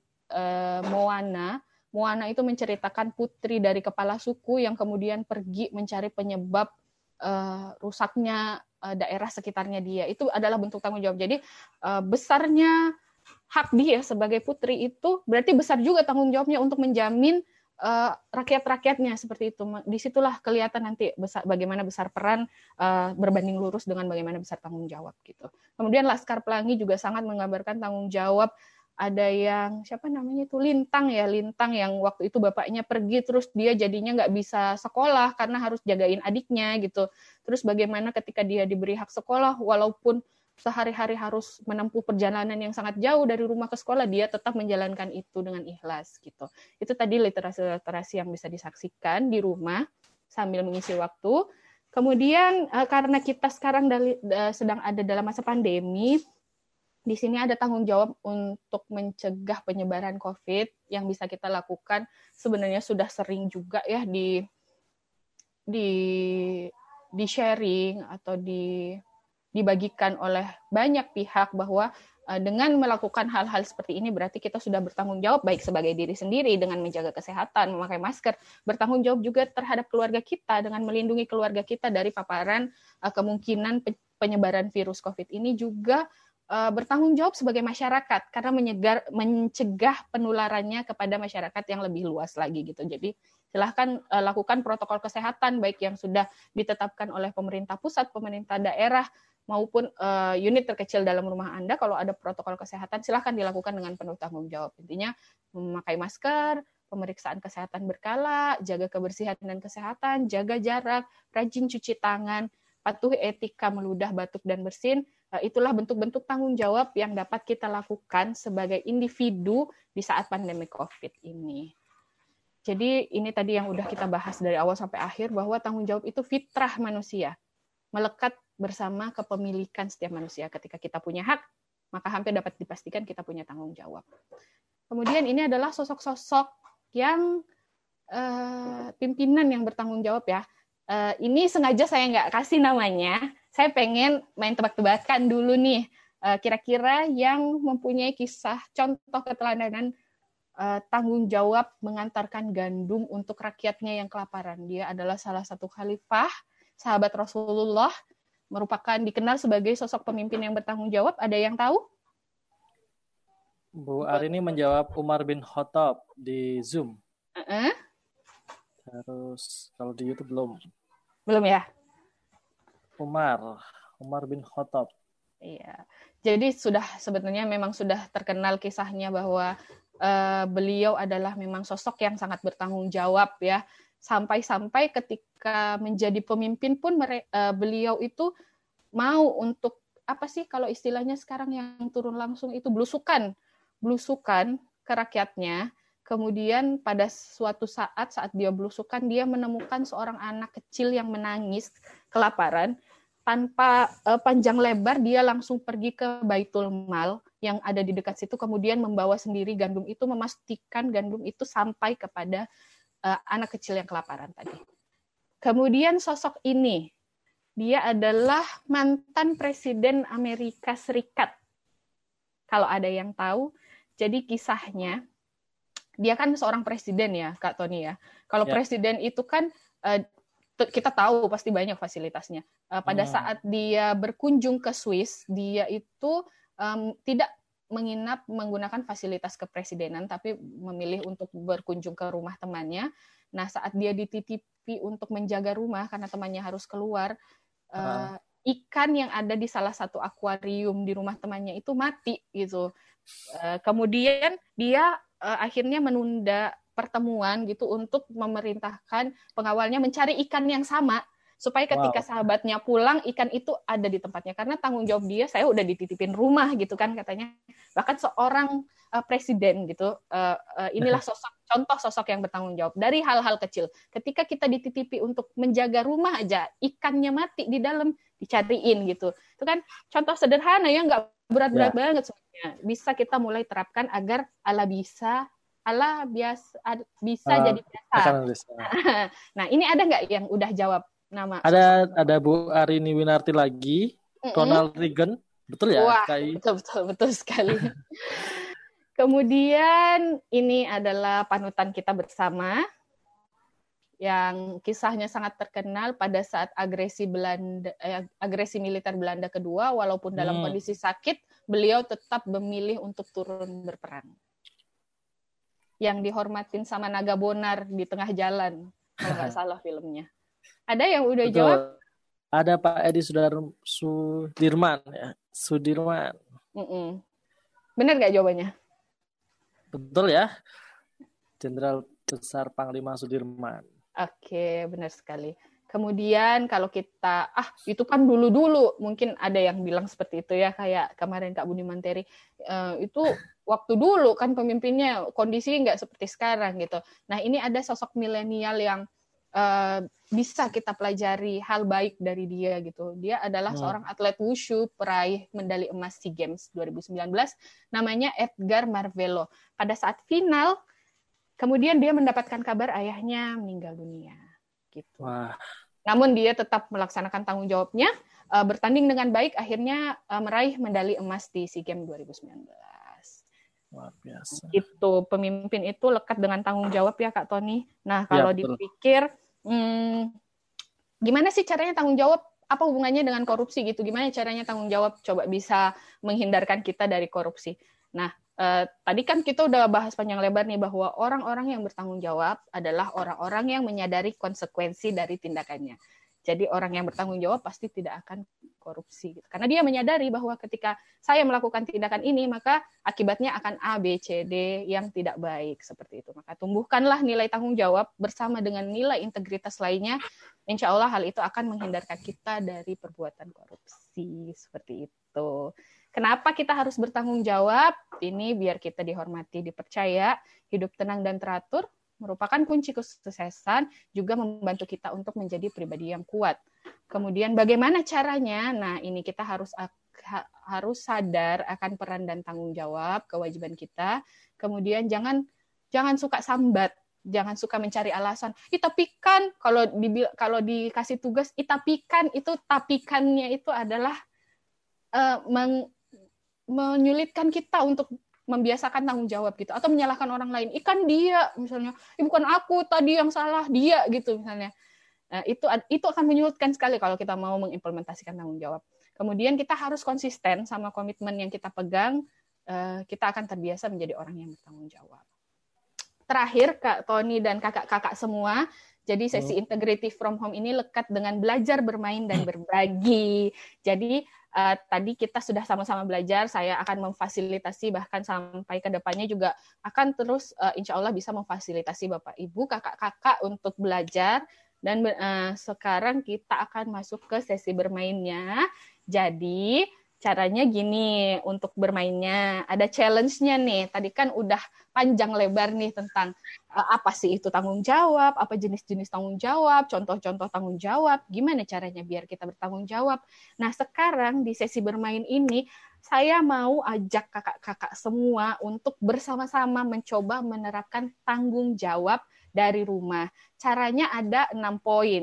Moana itu menceritakan putri dari kepala suku yang kemudian pergi mencari penyebab rusaknya daerah sekitarnya dia. Itu adalah bentuk tanggung jawab. Jadi besarnya hak dia sebagai putri itu berarti besar juga tanggung jawabnya untuk menjamin rakyat-rakyatnya seperti itu. Disitulah kelihatan nanti bagaimana besar peran berbanding lurus dengan bagaimana besar tanggung jawab gitu. Kemudian Laskar Pelangi juga sangat menggambarkan tanggung jawab. Ada yang siapa namanya itu Lintang yang waktu itu bapaknya pergi terus dia jadinya nggak bisa sekolah karena harus jagain adiknya gitu. Terus bagaimana ketika dia diberi hak sekolah walaupun sehari-hari harus menempuh perjalanan yang sangat jauh dari rumah ke sekolah, dia tetap menjalankan itu dengan ikhlas gitu. Itu tadi literasi yang bisa disaksikan di rumah sambil mengisi waktu. Kemudian karena kita sekarang sedang ada dalam masa pandemi, di sini ada tanggung jawab untuk mencegah penyebaran COVID yang bisa kita lakukan. Sebenarnya sudah sering juga ya di sharing atau dibagikan oleh banyak pihak bahwa dengan melakukan hal-hal seperti ini berarti kita sudah bertanggung jawab baik sebagai diri sendiri dengan menjaga kesehatan, memakai masker, bertanggung jawab juga terhadap keluarga kita dengan melindungi keluarga kita dari paparan kemungkinan penyebaran virus COVID ini, juga bertanggung jawab sebagai masyarakat karena mencegah penularannya kepada masyarakat yang lebih luas lagi gitu. Jadi silahkan lakukan protokol kesehatan baik yang sudah ditetapkan oleh pemerintah pusat, pemerintah daerah, maupun unit terkecil dalam rumah Anda. Kalau ada protokol kesehatan silahkan dilakukan dengan penuh tanggung jawab. Intinya memakai masker, pemeriksaan kesehatan berkala, jaga kebersihan dan kesehatan, jaga jarak, rajin cuci tangan, patuhi etika meludah, batuk, dan bersin. Itulah bentuk-bentuk tanggung jawab yang dapat kita lakukan sebagai individu di saat pandemi COVID ini. Jadi ini tadi yang udah kita bahas dari awal sampai akhir, bahwa tanggung jawab itu fitrah manusia, melekat bersama kepemilikan setiap manusia. Ketika kita punya hak, maka hampir dapat dipastikan kita punya tanggung jawab. Kemudian ini adalah sosok-sosok yang pimpinan yang bertanggung jawab ya. Ini sengaja saya nggak kasih namanya. Saya pengen main tebak-tebakan dulu nih. Kira-kira yang mempunyai kisah contoh keteladanan tanggung jawab mengantarkan gandum untuk rakyatnya yang kelaparan. Dia adalah salah satu khalifah, sahabat Rasulullah, merupakan dikenal sebagai sosok pemimpin yang bertanggung jawab. Ada yang tahu? Bu Arini menjawab Umar bin Khattab di Zoom. Terus kalau di YouTube belum. Belum ya? Umar bin Khattab. Iya. Jadi sebenarnya memang sudah terkenal kisahnya bahwa beliau adalah memang sosok yang sangat bertanggung jawab ya. Sampai-sampai ketika menjadi pemimpin pun beliau itu mau untuk apa sih kalau istilahnya sekarang yang turun langsung itu blusukan ke rakyatnya. Kemudian pada suatu saat dia blusukan, dia menemukan seorang anak kecil yang menangis kelaparan. Tanpa panjang lebar, dia langsung pergi ke Baitul Mal yang ada di dekat situ, kemudian membawa sendiri gandum itu, memastikan gandum itu sampai kepada anak kecil yang kelaparan tadi. Kemudian sosok ini, dia adalah mantan Presiden Amerika Serikat. Kalau ada yang tahu, Jadi kisahnya, dia kan seorang presiden ya, Kak Tony ya. Kalau presiden itu kan kita tahu pasti banyak fasilitasnya. Pada saat dia berkunjung ke Swiss, dia itu tidak menginap menggunakan fasilitas kepresidenan, tapi memilih untuk berkunjung ke rumah temannya. Nah, saat dia dititipi untuk menjaga rumah karena temannya harus keluar, ikan yang ada di salah satu akuarium di rumah temannya itu mati gitu. Kemudian dia akhirnya menunda pertemuan gitu untuk memerintahkan pengawalnya mencari ikan yang sama supaya ketika sahabatnya pulang ikan itu ada di tempatnya, karena tanggung jawab dia, saya udah dititipin rumah gitu kan katanya. Bahkan seorang presiden gitu, inilah contoh sosok yang bertanggung jawab dari hal-hal kecil. Ketika kita dititipi untuk menjaga rumah aja, ikannya mati di dalam, dicariin gitu. Itu kan contoh sederhana ya, nggak berat-berat banget sebenarnya. Bisa kita mulai terapkan agar Allah bisa jadi biasa. Nah, ini ada nggak yang udah jawab nama? Ada Bu Arini Winarti lagi, Ronald Reagan, betul ya? Wah, betul sekali. Kemudian ini adalah panutan kita bersama, yang kisahnya sangat terkenal pada saat agresi militer Belanda kedua, walaupun dalam kondisi sakit, beliau tetap memilih untuk turun berperang. Yang dihormatin sama naga bonar di tengah jalan, kalau nggak salah filmnya. Ada yang udah jawab? Ada Pak Edi Sudirman ya, Sudirman. Benar nggak jawabannya? Betul ya, Jenderal Besar Panglima Sudirman. Oke, benar sekali. Kemudian kalau kita, itu kan dulu-dulu, mungkin ada yang bilang seperti itu ya, kayak kemarin Kak Buni Manteri, itu waktu dulu kan pemimpinnya kondisi nggak seperti sekarang gitu. Nah, ini ada sosok milenial yang bisa kita pelajari hal baik dari dia gitu. Dia adalah seorang atlet wushu, peraih medali emas SEA Games 2019, namanya Edgar Marvelo. Pada saat final, kemudian dia mendapatkan kabar ayahnya meninggal dunia. Gitu. Wah. Namun dia tetap melaksanakan tanggung jawabnya, bertanding dengan baik, akhirnya meraih medali emas di SEA Games 2019. Luar biasa. Itu pemimpin itu lekat dengan tanggung jawab ya Kak Tony. Nah kalau dipikir, gimana sih caranya tanggung jawab? Apa hubungannya dengan korupsi gitu? Gimana caranya tanggung jawab coba bisa menghindarkan kita dari korupsi? Nah, tadi kan kita udah bahas panjang lebar nih bahwa orang-orang yang bertanggung jawab adalah orang-orang yang menyadari konsekuensi dari tindakannya. Jadi orang yang bertanggung jawab pasti tidak akan korupsi. Gitu. Karena dia menyadari bahwa ketika saya melakukan tindakan ini, maka akibatnya akan A, B, C, D yang tidak baik. Seperti itu. Maka tumbuhkanlah nilai tanggung jawab bersama dengan nilai integritas lainnya. Insya Allah hal itu akan menghindarkan kita dari perbuatan korupsi. Seperti itu. Kenapa kita harus bertanggung jawab? Ini biar kita dihormati, dipercaya, hidup tenang dan teratur, merupakan kunci kesuksesan, juga membantu kita untuk menjadi pribadi yang kuat. Kemudian bagaimana caranya? Nah, ini kita harus sadar akan peran dan tanggung jawab, kewajiban kita. Kemudian jangan suka sambat, jangan suka mencari alasan. Tapi kan kalau dikasih tugas, tapi kan itu tapikannya itu adalah menyulitkan kita untuk membiasakan tanggung jawab gitu, atau menyalahkan orang lain. Ikan dia misalnya, bukan aku tadi yang salah, dia gitu misalnya. Nah, itu akan menyulitkan sekali kalau kita mau mengimplementasikan tanggung jawab. Kemudian kita harus konsisten sama komitmen yang kita pegang, kita akan terbiasa menjadi orang yang bertanggung jawab. Terakhir, Kak Tony dan kakak-kakak semua, jadi sesi Integrative from Home ini lekat dengan belajar, bermain, dan berbagi. Jadi tadi kita sudah sama-sama belajar, saya akan memfasilitasi, bahkan sampai ke depannya juga akan terus insya Allah bisa memfasilitasi Bapak Ibu, kakak-kakak untuk belajar. Dan sekarang kita akan masuk ke sesi bermainnya. Jadi caranya gini untuk bermainnya. Ada challenge-nya nih. Tadi kan udah panjang lebar nih tentang apa sih itu tanggung jawab, apa jenis-jenis tanggung jawab, contoh-contoh tanggung jawab, gimana caranya biar kita bertanggung jawab. Nah, sekarang di sesi bermain ini, saya mau ajak kakak-kakak semua untuk bersama-sama mencoba menerapkan tanggung jawab dari rumah. Caranya ada 6 poin.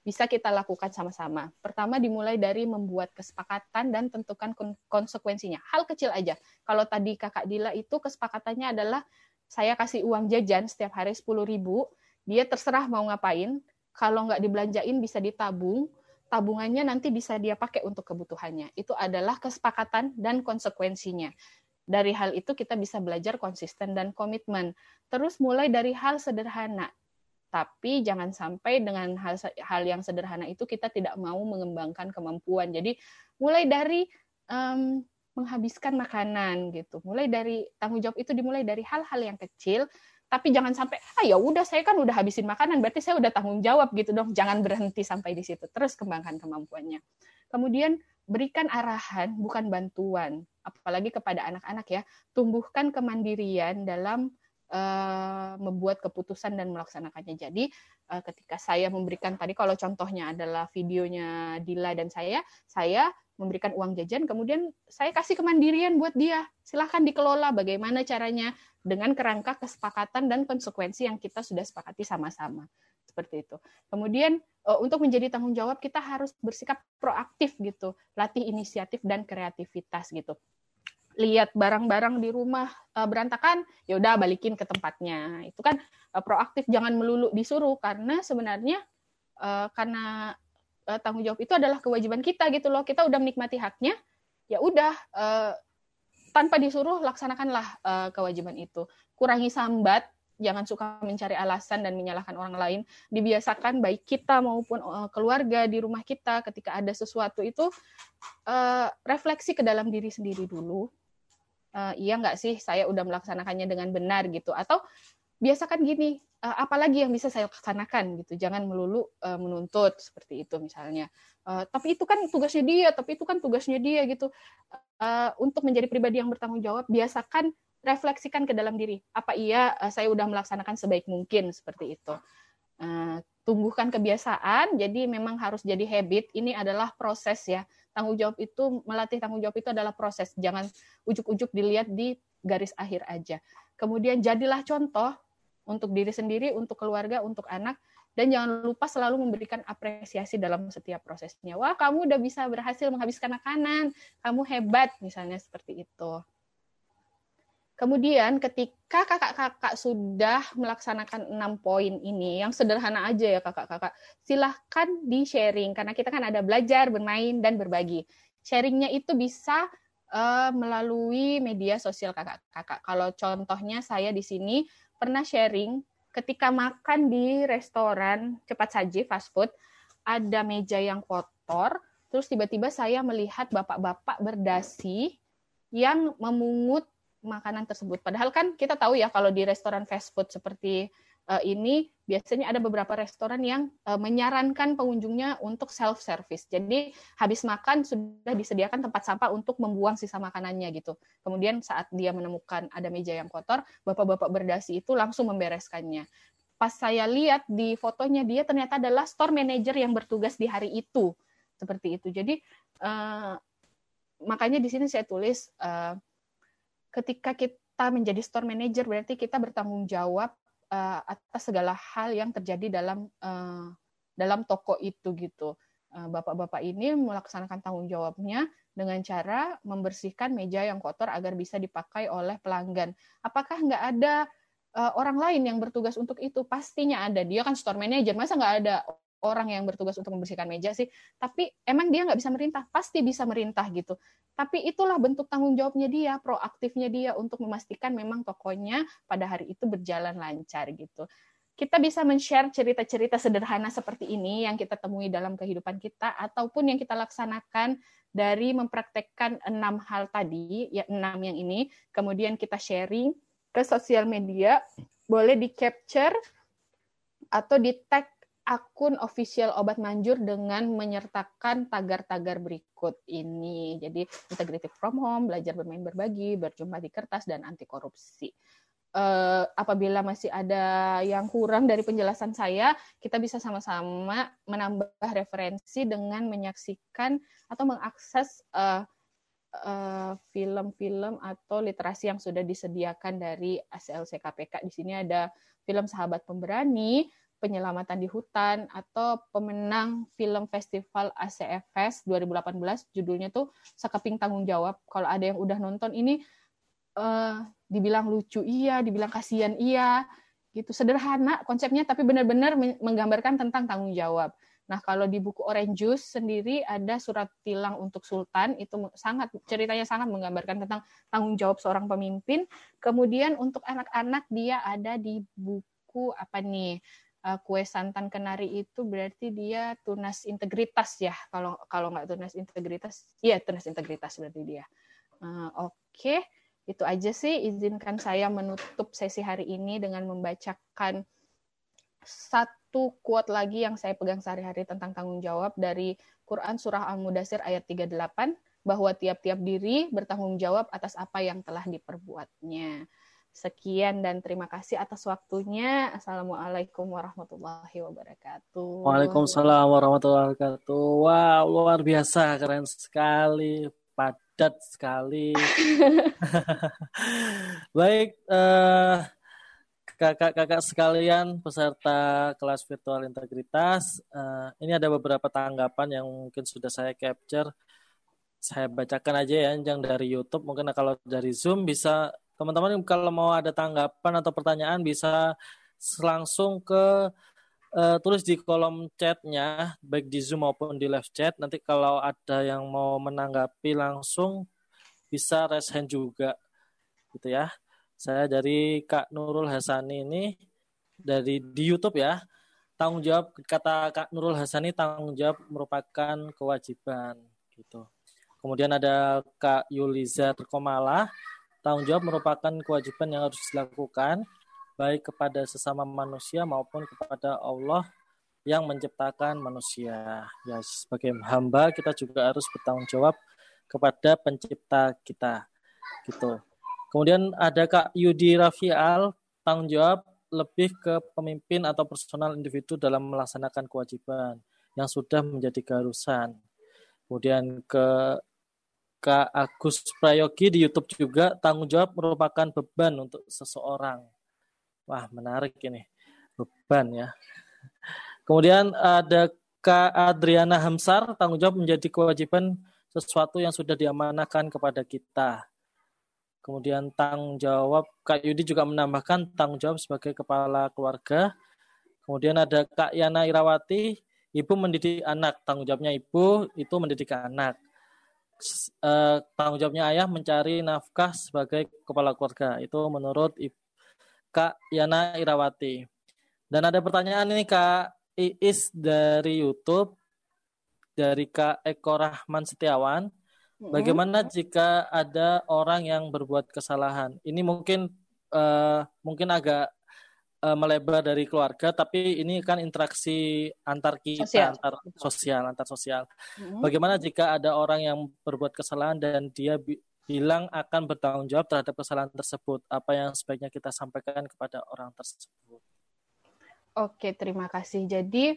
bisa kita lakukan sama-sama. Pertama dimulai dari membuat kesepakatan dan tentukan konsekuensinya. Hal kecil aja. Kalau tadi Kakak Dila itu kesepakatannya adalah saya kasih uang jajan setiap hari 10.000, dia terserah mau ngapain. Kalau nggak dibelanjain bisa ditabung, tabungannya nanti bisa dia pakai untuk kebutuhannya. Itu adalah kesepakatan dan konsekuensinya. Dari hal itu kita bisa belajar konsisten dan komitmen. Terus mulai dari hal sederhana. Tapi jangan sampai dengan hal yang sederhana itu kita tidak mau mengembangkan kemampuan. Jadi mulai dari menghabiskan makanan gitu. Mulai dari tanggung jawab itu dimulai dari hal-hal yang kecil. Tapi jangan sampai ya udah saya kan udah habisin makanan, berarti saya udah tanggung jawab gitu dong. Jangan berhenti sampai di situ. Terus kembangkan kemampuannya. Kemudian berikan arahan bukan bantuan, apalagi kepada anak-anak ya. Tumbuhkan kemandirian dalam membuat keputusan dan melaksanakannya. Jadi ketika saya memberikan tadi, kalau contohnya adalah videonya Dila dan saya memberikan uang jajan, kemudian saya kasih kemandirian buat dia. Silahkan dikelola bagaimana caranya dengan kerangka kesepakatan dan konsekuensi yang kita sudah sepakati sama-sama. Seperti itu. Kemudian untuk menjadi tanggung jawab kita harus bersikap proaktif gitu, latih inisiatif dan kreativitas gitu. Lihat barang-barang di rumah berantakan, ya udah balikin ke tempatnya. Itu kan proaktif, jangan melulu disuruh, karena sebenarnya karena tanggung jawab itu adalah kewajiban kita gitu loh. Kita udah menikmati haknya, ya udah tanpa disuruh laksanakanlah kewajiban itu. Kurangi sambat, jangan suka mencari alasan dan menyalahkan orang lain. Dibiasakan baik kita maupun keluarga di rumah kita ketika ada sesuatu itu refleksi ke dalam diri sendiri dulu. Iya nggak sih saya udah melaksanakannya dengan benar gitu, atau biasakan gini, apalagi yang bisa saya laksanakan gitu, jangan melulu menuntut seperti itu misalnya. Tapi itu kan tugasnya dia gitu. Untuk menjadi pribadi yang bertanggung jawab, biasakan refleksikan ke dalam diri, apa iya saya udah melaksanakan sebaik mungkin seperti itu. Tumbuhkan kebiasaan, jadi memang harus jadi habit. Ini adalah proses ya. Melatih tanggung jawab itu adalah proses. Jangan ujuk-ujuk dilihat di garis akhir aja. Kemudian jadilah contoh untuk diri sendiri, untuk keluarga, untuk anak, dan jangan lupa selalu memberikan apresiasi dalam setiap prosesnya. Wah, kamu udah bisa berhasil menghabiskan makanan, kamu hebat, misalnya seperti itu. Kemudian ketika kakak-kakak sudah melaksanakan 6 poin ini, yang sederhana aja ya kakak-kakak, silahkan di-sharing, karena kita kan ada belajar, bermain, dan berbagi. Sharingnya itu bisa melalui media sosial kakak-kakak. Kalau contohnya saya di sini pernah sharing ketika makan di restoran cepat saji, fast food, ada meja yang kotor, terus tiba-tiba saya melihat bapak-bapak berdasi yang memungut makanan tersebut. Padahal kan kita tahu ya kalau di restoran fast food seperti ini biasanya ada beberapa restoran yang menyarankan pengunjungnya untuk self service. Jadi habis makan sudah disediakan tempat sampah untuk membuang sisa makanannya gitu. Kemudian saat dia menemukan ada meja yang kotor, bapak-bapak berdasi itu langsung membereskannya. Pas saya lihat di fotonya, dia ternyata adalah store manager yang bertugas di hari itu. Seperti itu. Jadi makanya di sini saya tulis ketika kita menjadi store manager berarti kita bertanggung jawab atas segala hal yang terjadi dalam toko itu gitu. Bapak-bapak ini melaksanakan tanggung jawabnya dengan cara membersihkan meja yang kotor agar bisa dipakai oleh pelanggan. Apakah nggak ada orang lain yang bertugas untuk itu? Pastinya ada. Dia kan store manager, masa nggak ada orang yang bertugas untuk membersihkan meja sih? Tapi emang dia nggak bisa merintah? Pasti bisa merintah gitu. Tapi itulah bentuk tanggung jawabnya dia, proaktifnya dia untuk memastikan memang tokonya pada hari itu berjalan lancar gitu. Kita bisa men-share cerita-cerita sederhana seperti ini yang kita temui dalam kehidupan kita, ataupun yang kita laksanakan dari mempraktekkan 6 hal tadi, ya 6 yang ini, kemudian kita sharing ke sosial media, boleh di-capture atau di-tag akun official Obat Manjur dengan menyertakan tagar-tagar berikut ini. Jadi integrative from home, belajar bermain berbagi, berjumpa di kertas, dan anti korupsi. Apabila masih ada yang kurang dari penjelasan saya, kita bisa sama-sama menambah referensi dengan menyaksikan atau mengakses film-film atau literasi yang sudah disediakan dari SLC KPK. Di sini ada film Sahabat Pemberani, penyelamatan di hutan, atau pemenang film festival ACFest 2018, judulnya tuh Sekeping Tanggung Jawab. Kalau ada yang udah nonton ini, dibilang lucu iya, dibilang kasihan iya, gitu. Sederhana konsepnya, tapi benar-benar menggambarkan tentang tanggung jawab. Nah, kalau di buku Orange Juice sendiri ada Surat Tilang untuk Sultan, itu ceritanya sangat menggambarkan tentang tanggung jawab seorang pemimpin. Kemudian untuk anak-anak dia ada di buku apa nih? Kue Santan Kenari, itu berarti dia Tunas Integritas ya. Kalau nggak Tunas Integritas, iya Tunas Integritas berarti dia. Oke. Itu aja sih, izinkan saya menutup sesi hari ini dengan membacakan satu quote lagi yang saya pegang sehari-hari tentang tanggung jawab dari Quran Surah Al-Mudathir ayat 38, bahwa tiap-tiap diri bertanggung jawab atas apa yang telah diperbuatnya. Sekian dan terima kasih atas waktunya. Assalamualaikum warahmatullahi wabarakatuh. Waalaikumsalam warahmatullahi wabarakatuh. Wow, luar biasa, keren sekali, padat sekali. Baik, kakak-kakak sekalian peserta kelas virtual integritas, ini ada beberapa tanggapan yang mungkin sudah saya capture. Saya bacakan aja ya, yang dari YouTube. Mungkin kalau dari Zoom bisa, teman-teman kalau mau ada tanggapan atau pertanyaan bisa langsung tulis di kolom chatnya, baik di Zoom maupun di live chat. Nanti kalau ada yang mau menanggapi langsung bisa raise hand juga, gitu ya. Saya dari Kak Nurul Hasani ini di YouTube ya. Tanggung jawab, kata Kak Nurul Hasani, tanggung jawab merupakan kewajiban, gitu. Kemudian ada Kak Yuliza Komala, tanggung jawab merupakan kewajiban yang harus dilakukan baik kepada sesama manusia maupun kepada Allah yang menciptakan manusia. Ya, sebagai hamba kita juga harus bertanggung jawab kepada pencipta kita, gitu. Kemudian ada Kak Yudi Rafial, tanggung jawab lebih ke pemimpin atau personal individu dalam melaksanakan kewajiban yang sudah menjadi keharusan. Kemudian ke Kak Agus Prayogi di YouTube juga, tanggung jawab merupakan beban untuk seseorang. Wah, menarik ini. Beban ya. Kemudian ada Kak Adriana Hamsar, tanggung jawab menjadi kewajiban sesuatu yang sudah diamanahkan kepada kita. Kemudian tanggung jawab, Kak Yudi juga menambahkan tanggung jawab sebagai kepala keluarga. Kemudian ada Kak Yana Irawati, ibu mendidik anak. Tanggung jawabnya ibu itu mendidik anak. Tanggung jawabnya ayah mencari nafkah sebagai kepala keluarga. Itu menurut Kak Yana Irawati. Dan ada pertanyaan ini Kak Iis dari YouTube, dari Kak Eko Rahman Setiawan. Bagaimana jika ada orang yang berbuat kesalahan? Ini mungkin agak melebar dari keluarga, tapi ini kan interaksi antar kita, antar sosial. Bagaimana jika ada orang yang berbuat kesalahan dan dia bilang akan bertanggung jawab terhadap kesalahan tersebut? Apa yang sebaiknya kita sampaikan kepada orang tersebut? Oke, terima kasih. Jadi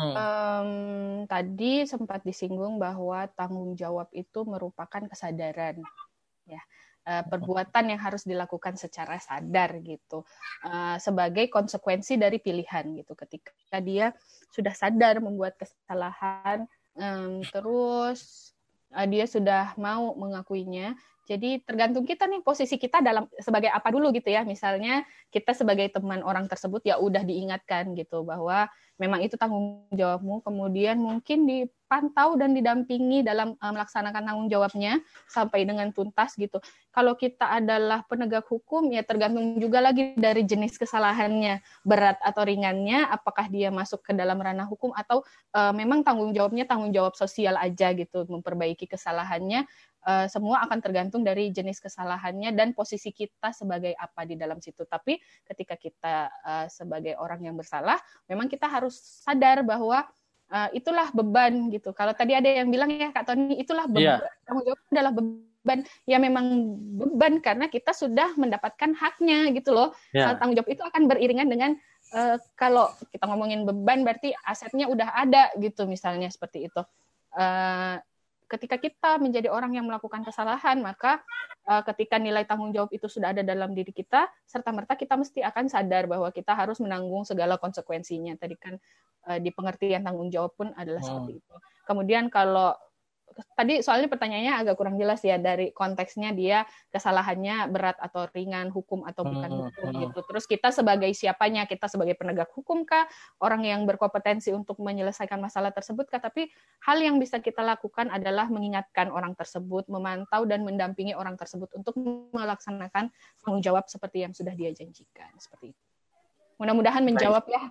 tadi sempat disinggung bahwa tanggung jawab itu merupakan kesadaran, ya, perbuatan yang harus dilakukan secara sadar gitu, sebagai konsekuensi dari pilihan gitu. Ketika dia sudah sadar membuat kesalahan, terus dia sudah mau mengakuinya. Jadi tergantung kita nih, posisi kita sebagai apa dulu gitu ya. Misalnya kita sebagai teman orang tersebut ya udah diingatkan gitu bahwa memang itu tanggung jawabmu, kemudian mungkin dipantau dan didampingi dalam melaksanakan tanggung jawabnya sampai dengan tuntas gitu. Kalau kita adalah penegak hukum ya tergantung juga lagi dari jenis kesalahannya, berat atau ringannya, apakah dia masuk ke dalam ranah hukum atau memang tanggung jawabnya tanggung jawab sosial aja gitu, memperbaiki kesalahannya. Semua akan tergantung dari jenis kesalahannya dan posisi kita sebagai apa di dalam situ. Tapi ketika kita sebagai orang yang bersalah, memang kita harus sadar bahwa itulah beban gitu. Kalau tadi ada yang bilang ya Kak Tony, itulah beban. Tanggung jawab adalah beban. Ya memang beban karena kita sudah mendapatkan haknya gitu loh. Tanggung jawab itu akan beriringan dengan kalau kita ngomongin beban berarti asetnya udah ada gitu misalnya seperti itu. ketika kita menjadi orang yang melakukan kesalahan, maka ketika nilai tanggung jawab itu sudah ada dalam diri kita, serta-merta kita mesti akan sadar bahwa kita harus menanggung segala konsekuensinya. Tadi kan di pengertian tanggung jawab pun adalah seperti itu. Kemudian kalau tadi soalnya pertanyaannya agak kurang jelas ya, dari konteksnya dia kesalahannya berat atau ringan, hukum atau bukan hukum gitu. Terus kita sebagai siapanya, kita sebagai penegak hukum kah, orang yang berkompetensi untuk menyelesaikan masalah tersebut kah? Tapi hal yang bisa kita lakukan adalah mengingatkan orang tersebut, memantau dan mendampingi orang tersebut untuk melaksanakan tanggung jawab seperti yang sudah dia janjikan. Seperti itu. Mudah-mudahan menjawab ya.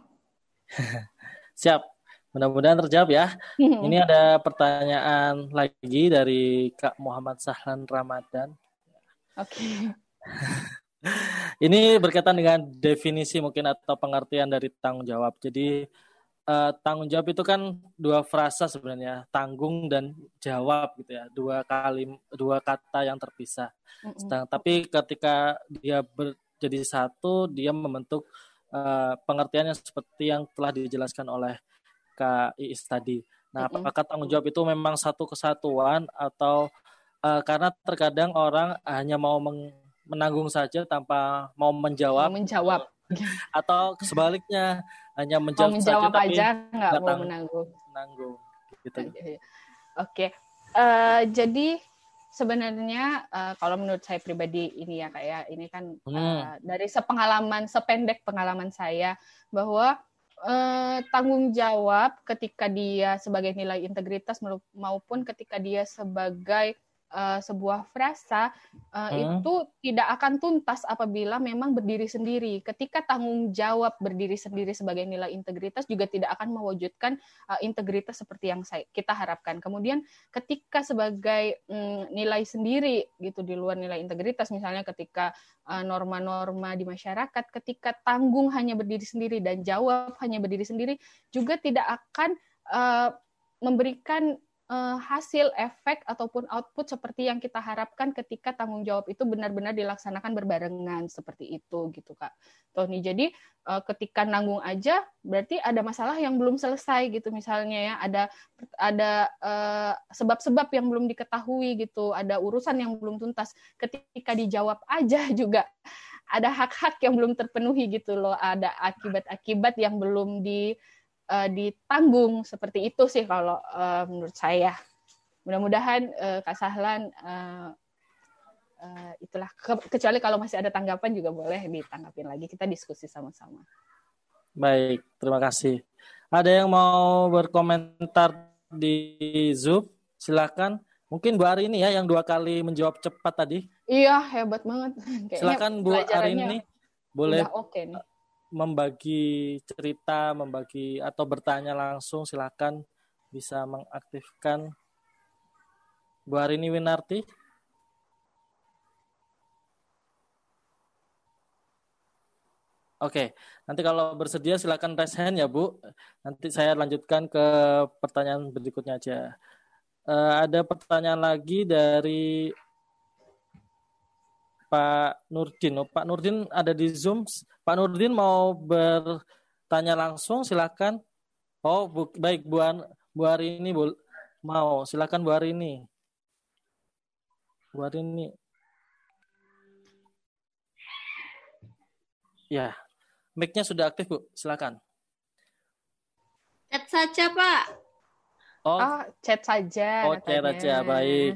Siap. Mudah-mudahan terjawab ya. Ini ada pertanyaan lagi dari Kak Muhammad Sahlan Ramadan. Oke. Ini berkaitan dengan definisi mungkin atau pengertian dari tanggung jawab. Jadi tanggung jawab itu kan dua frasa sebenarnya, tanggung dan jawab gitu ya. Dua kata yang terpisah. Tapi ketika dia jadi satu, dia membentuk pengertiannya seperti yang telah dijelaskan oleh Kak Iis tadi. Nah, apakah tanggung jawab itu memang satu kesatuan atau karena terkadang orang hanya mau menanggung saja tanpa mau menjawab. Atau sebaliknya hanya menjawab saja tapi nggak mau menanggung. Gitu. Oke. Jadi sebenarnya kalau menurut saya pribadi ini ya Kak ya, ini kan dari sependek pengalaman saya bahwa tanggung jawab ketika dia sebagai nilai integritas maupun ketika dia sebagai sebuah frasa itu tidak akan tuntas apabila memang berdiri sendiri. Ketika tanggung jawab berdiri sendiri sebagai nilai integritas juga tidak akan mewujudkan integritas seperti yang kita harapkan. Kemudian ketika sebagai nilai sendiri gitu di luar nilai integritas, misalnya ketika norma-norma di masyarakat, ketika tanggung hanya berdiri sendiri dan jawab hanya berdiri sendiri, juga tidak akan memberikan hasil, efek, ataupun output seperti yang kita harapkan ketika tanggung jawab itu benar-benar dilaksanakan berbarengan seperti itu gitu Kak Tony. Jadi ketika nanggung aja berarti ada masalah yang belum selesai gitu misalnya ya, ada sebab-sebab yang belum diketahui gitu, ada urusan yang belum tuntas. Ketika dijawab aja juga ada hak-hak yang belum terpenuhi gitu loh, ada akibat-akibat yang belum ditanggung. Seperti itu sih kalau menurut saya. Mudah-mudahan Kak Sahlan itulah, kecuali kalau masih ada tanggapan juga boleh ditanggapin lagi, kita diskusi sama-sama. Baik, terima kasih. Ada yang mau berkomentar di Zoom? Silakan. Mungkin Bu Arini ya yang 2 kali menjawab cepat tadi. Iya, hebat banget. Silakan Bu Arini, boleh nih. Membagi cerita, atau bertanya langsung, silakan bisa mengaktifkan Bu Arini Winarti. Oke, nanti kalau bersedia silakan raise hand ya Bu. Nanti saya lanjutkan ke pertanyaan berikutnya aja. Ada pertanyaan lagi dari Pak Nurdin. Pak Nurdin ada di Zoom. Pak Nurdin mau bertanya langsung, silakan. Oh, baik Bu Arini mau. Silakan Bu Arini. Bu Arini. Ya, mic-nya sudah aktif Bu. Silakan. Chat saja Pak. Chat saja. Chat saja. Baik.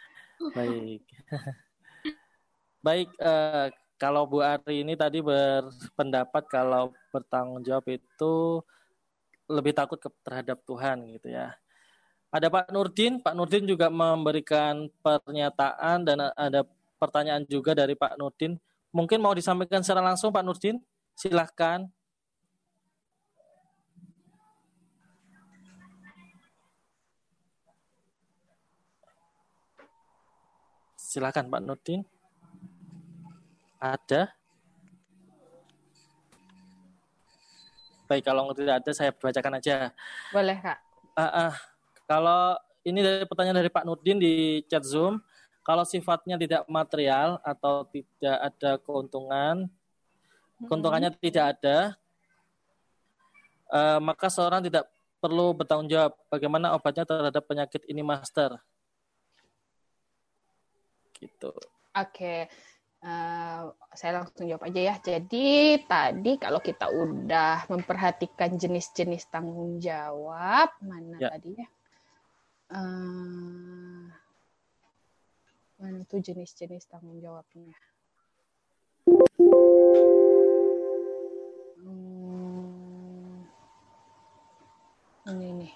Baik, kalau Bu Ari ini tadi berpendapat kalau bertanggung jawab itu lebih takut terhadap Tuhan gitu ya. Ada Pak Nurdin juga memberikan pernyataan dan ada pertanyaan juga dari Pak Nurdin. Mungkin mau disampaikan secara langsung Pak Nurdin? Silahkan. Silakan Pak Nurdin. Ada? Baik, kalau tidak ada saya bacakan aja. Boleh Kak. Kalau ini dari pertanyaan dari Pak Nurdin di chat Zoom, kalau sifatnya tidak material atau tidak ada keuntungannya tidak ada, maka seorang tidak perlu bertanggung jawab. Bagaimana obatnya terhadap penyakit ini, Master? Gitu. Oke. Saya langsung jawab aja ya. Jadi tadi kalau kita udah memperhatikan jenis-jenis tanggung jawab, mana tadi ya? Mana tuh jenis-jenis tanggung jawabnya? Ini nih.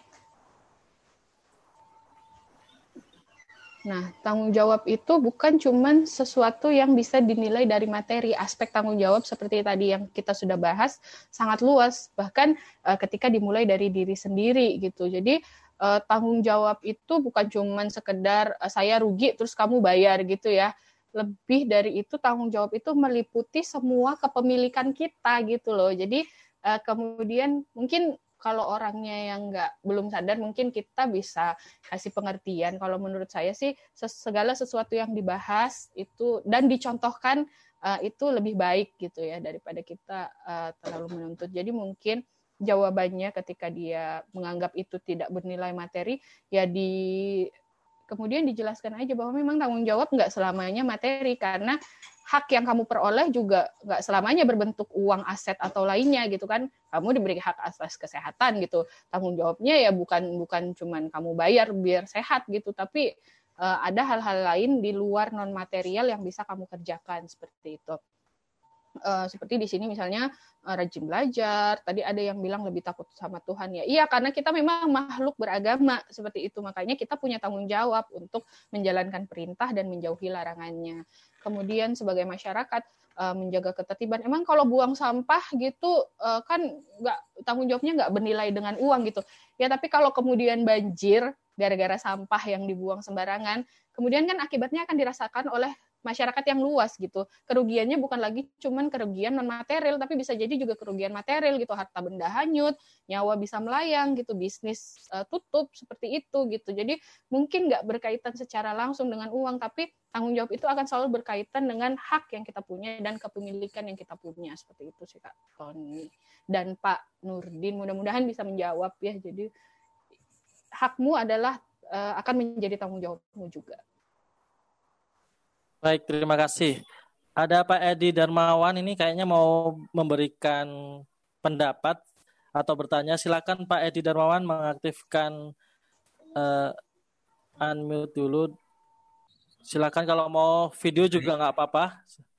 Nah, tanggung jawab itu bukan cuman sesuatu yang bisa dinilai dari materi. Aspek tanggung jawab seperti tadi yang kita sudah bahas sangat luas, bahkan ketika dimulai dari diri sendiri gitu. Jadi tanggung jawab itu bukan cuman sekedar saya rugi terus kamu bayar gitu ya. Lebih dari itu, tanggung jawab itu meliputi semua kepemilikan kita gitu loh. Jadi kemudian mungkin kalau orangnya yang belum sadar, mungkin kita bisa kasih pengertian. Kalau menurut saya sih, segala sesuatu yang dibahas itu dan dicontohkan itu lebih baik gitu ya, daripada kita terlalu menuntut. Jadi mungkin jawabannya ketika dia menganggap itu tidak bernilai materi, ya kemudian dijelaskan aja bahwa memang tanggung jawab nggak selamanya materi, karena hak yang kamu peroleh juga nggak selamanya berbentuk uang, aset atau lainnya gitu kan. Kamu diberi hak atas kesehatan gitu, tanggung jawabnya ya bukan cuman kamu bayar biar sehat gitu, tapi ada hal-hal lain di luar non material yang bisa kamu kerjakan seperti itu. Seperti di sini misalnya rajin belajar, tadi ada yang bilang lebih takut sama Tuhan ya. Iya, karena kita memang makhluk beragama seperti itu, makanya kita punya tanggung jawab untuk menjalankan perintah dan menjauhi larangannya. Kemudian sebagai masyarakat menjaga ketertiban. Emang kalau buang sampah gitu kan tanggung jawabnya nggak bernilai dengan uang gitu. Ya, tapi kalau kemudian banjir gara-gara sampah yang dibuang sembarangan, kemudian kan akibatnya akan dirasakan oleh masyarakat yang luas gitu. Kerugiannya bukan lagi cuman kerugian non material, tapi bisa jadi juga kerugian material gitu, harta benda hanyut, nyawa bisa melayang gitu, bisnis tutup seperti itu gitu. Jadi mungkin nggak berkaitan secara langsung dengan uang, tapi tanggung jawab itu akan selalu berkaitan dengan hak yang kita punya dan kepemilikan yang kita punya, seperti itu sih Kak Tony dan Pak Nurdin. Mudah-mudahan bisa menjawab ya. Jadi hakmu adalah akan menjadi tanggung jawabmu juga. Baik, terima kasih. Ada Pak Edi Darmawan ini kayaknya mau memberikan pendapat atau bertanya. Silakan Pak Edi Darmawan mengaktifkan unmute dulu. Silakan, kalau mau video juga nggak apa-apa.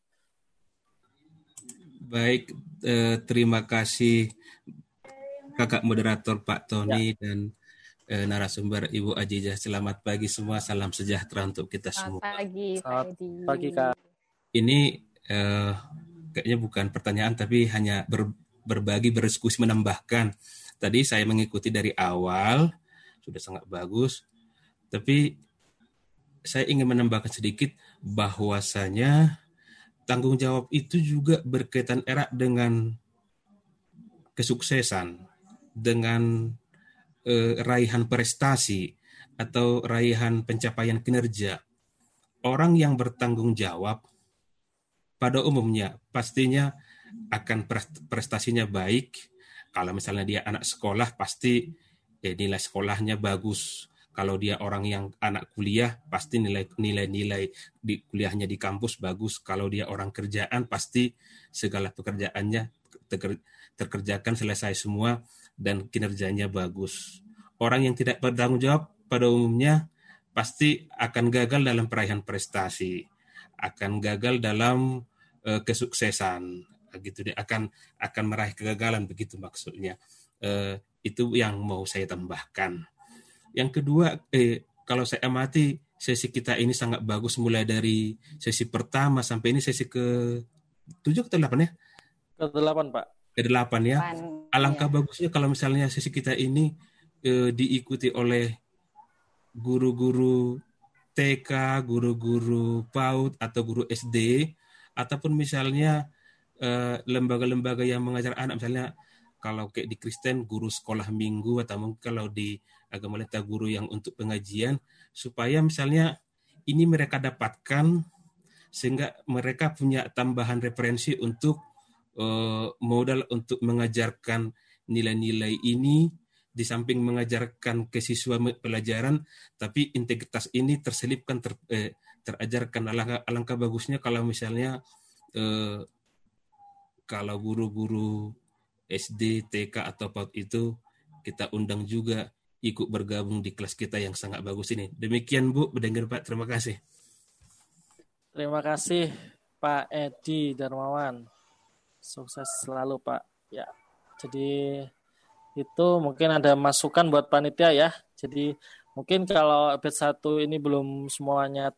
Baik, terima kasih Kakak moderator Pak Tony dan narasumber Ibu Azizah. Selamat pagi semua, salam sejahtera untuk kita semua. Selamat pagi Kak. Ini kayaknya bukan pertanyaan, tapi hanya berbagi, berdiskusi, menambahkan. Tadi saya mengikuti dari awal, sudah sangat bagus. Tapi saya ingin menambahkan sedikit bahwasanya tanggung jawab itu juga berkaitan erat dengan kesuksesan, dengan raihan prestasi atau raihan pencapaian kinerja. Orang yang bertanggung jawab pada umumnya pastinya akan prestasinya baik. Kalau misalnya dia anak sekolah, pasti nilai sekolahnya bagus. Kalau dia orang yang anak kuliah, pasti nilai-nilai di kuliahnya di kampus bagus. Kalau dia orang kerjaan, pasti segala pekerjaannya terkerjakan selesai semua dan kinerjanya bagus. Orang yang tidak bertanggung jawab pada umumnya pasti akan gagal dalam peraihan prestasi, akan gagal dalam kesuksesan, gitu. Dia akan meraih kegagalan, begitu maksudnya. Itu yang mau saya tambahkan. Yang kedua, kalau saya amati sesi kita ini sangat bagus, mulai dari sesi pertama sampai ini sesi ke-7 atau 8 ya? Ke-8 Pak. Ke-8 ya. Alangkah bagusnya kalau misalnya sesi kita ini diikuti oleh guru-guru TK, guru-guru PAUD atau guru SD, ataupun misalnya lembaga-lembaga yang mengajar anak, misalnya kalau kayak di Kristen guru sekolah minggu, atau mungkin kalau di agama lain guru yang untuk pengajian, supaya misalnya ini mereka dapatkan sehingga mereka punya tambahan referensi untuk modal untuk mengajarkan nilai-nilai ini, di samping mengajarkan ke siswa pelajaran, tapi integritas ini terselipkan, terajarkan. Alangkah bagusnya kalau misalnya kalau guru-guru SD, TK atau PAUD itu kita undang juga ikut bergabung di kelas kita yang sangat bagus ini. Demikian Bu, mendengar Pak. Terima kasih. Terima kasih Pak Edi Darmawan. Sukses selalu Pak. Ya, jadi itu mungkin ada masukan buat panitia ya. Jadi mungkin kalau batch 1 ini belum semuanya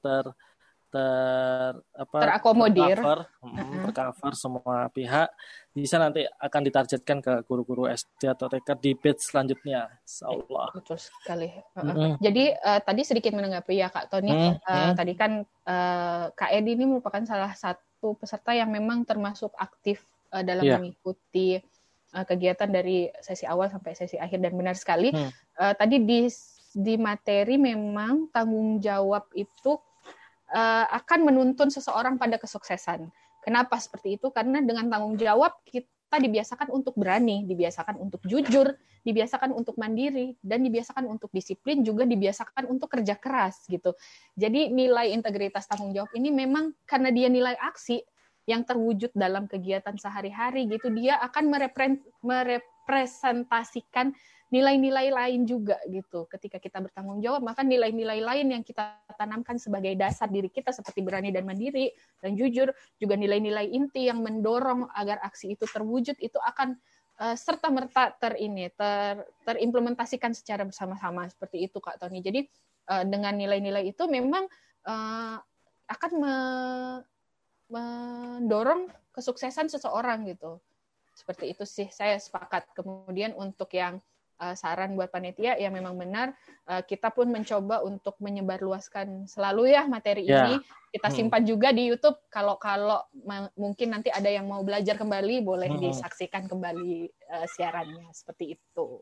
Terakomodir. tercover semua pihak, bisa nanti akan ditargetkan ke guru-guru SD atau TK di batch selanjutnya, insyaallah. Betul sekali. Jadi tadi sedikit menanggapi ya Kak Tony. Tadi kan Kak Edi ini merupakan salah satu peserta yang memang termasuk aktif dalam mengikuti kegiatan dari sesi awal sampai sesi akhir, dan benar sekali. Tadi di materi memang tanggung jawab itu akan menuntun seseorang pada kesuksesan. Kenapa seperti itu? Karena dengan tanggung jawab kita dibiasakan untuk berani, dibiasakan untuk jujur, dibiasakan untuk mandiri, dan dibiasakan untuk disiplin, juga dibiasakan untuk kerja keras gitu. Jadi nilai integritas tanggung jawab ini memang karena dia nilai aksi yang terwujud dalam kegiatan sehari-hari gitu, dia akan merepresentasikan nilai-nilai lain juga gitu. Ketika kita bertanggung jawab, maka nilai-nilai lain yang kita tanamkan sebagai dasar diri kita seperti berani dan mandiri dan jujur, juga nilai-nilai inti yang mendorong agar aksi itu terwujud, itu akan serta-merta terimplementasikan secara bersama-sama seperti itu Kak Tony. Jadi dengan nilai-nilai itu memang akan mendorong kesuksesan seseorang gitu. Seperti itu sih, saya sepakat. Kemudian untuk yang saran buat panitia, ya memang benar, kita pun mencoba untuk menyebarluaskan selalu ya materi ini. Kita simpan juga di YouTube, kalau mungkin nanti ada yang mau belajar kembali, boleh disaksikan kembali siarannya, seperti itu.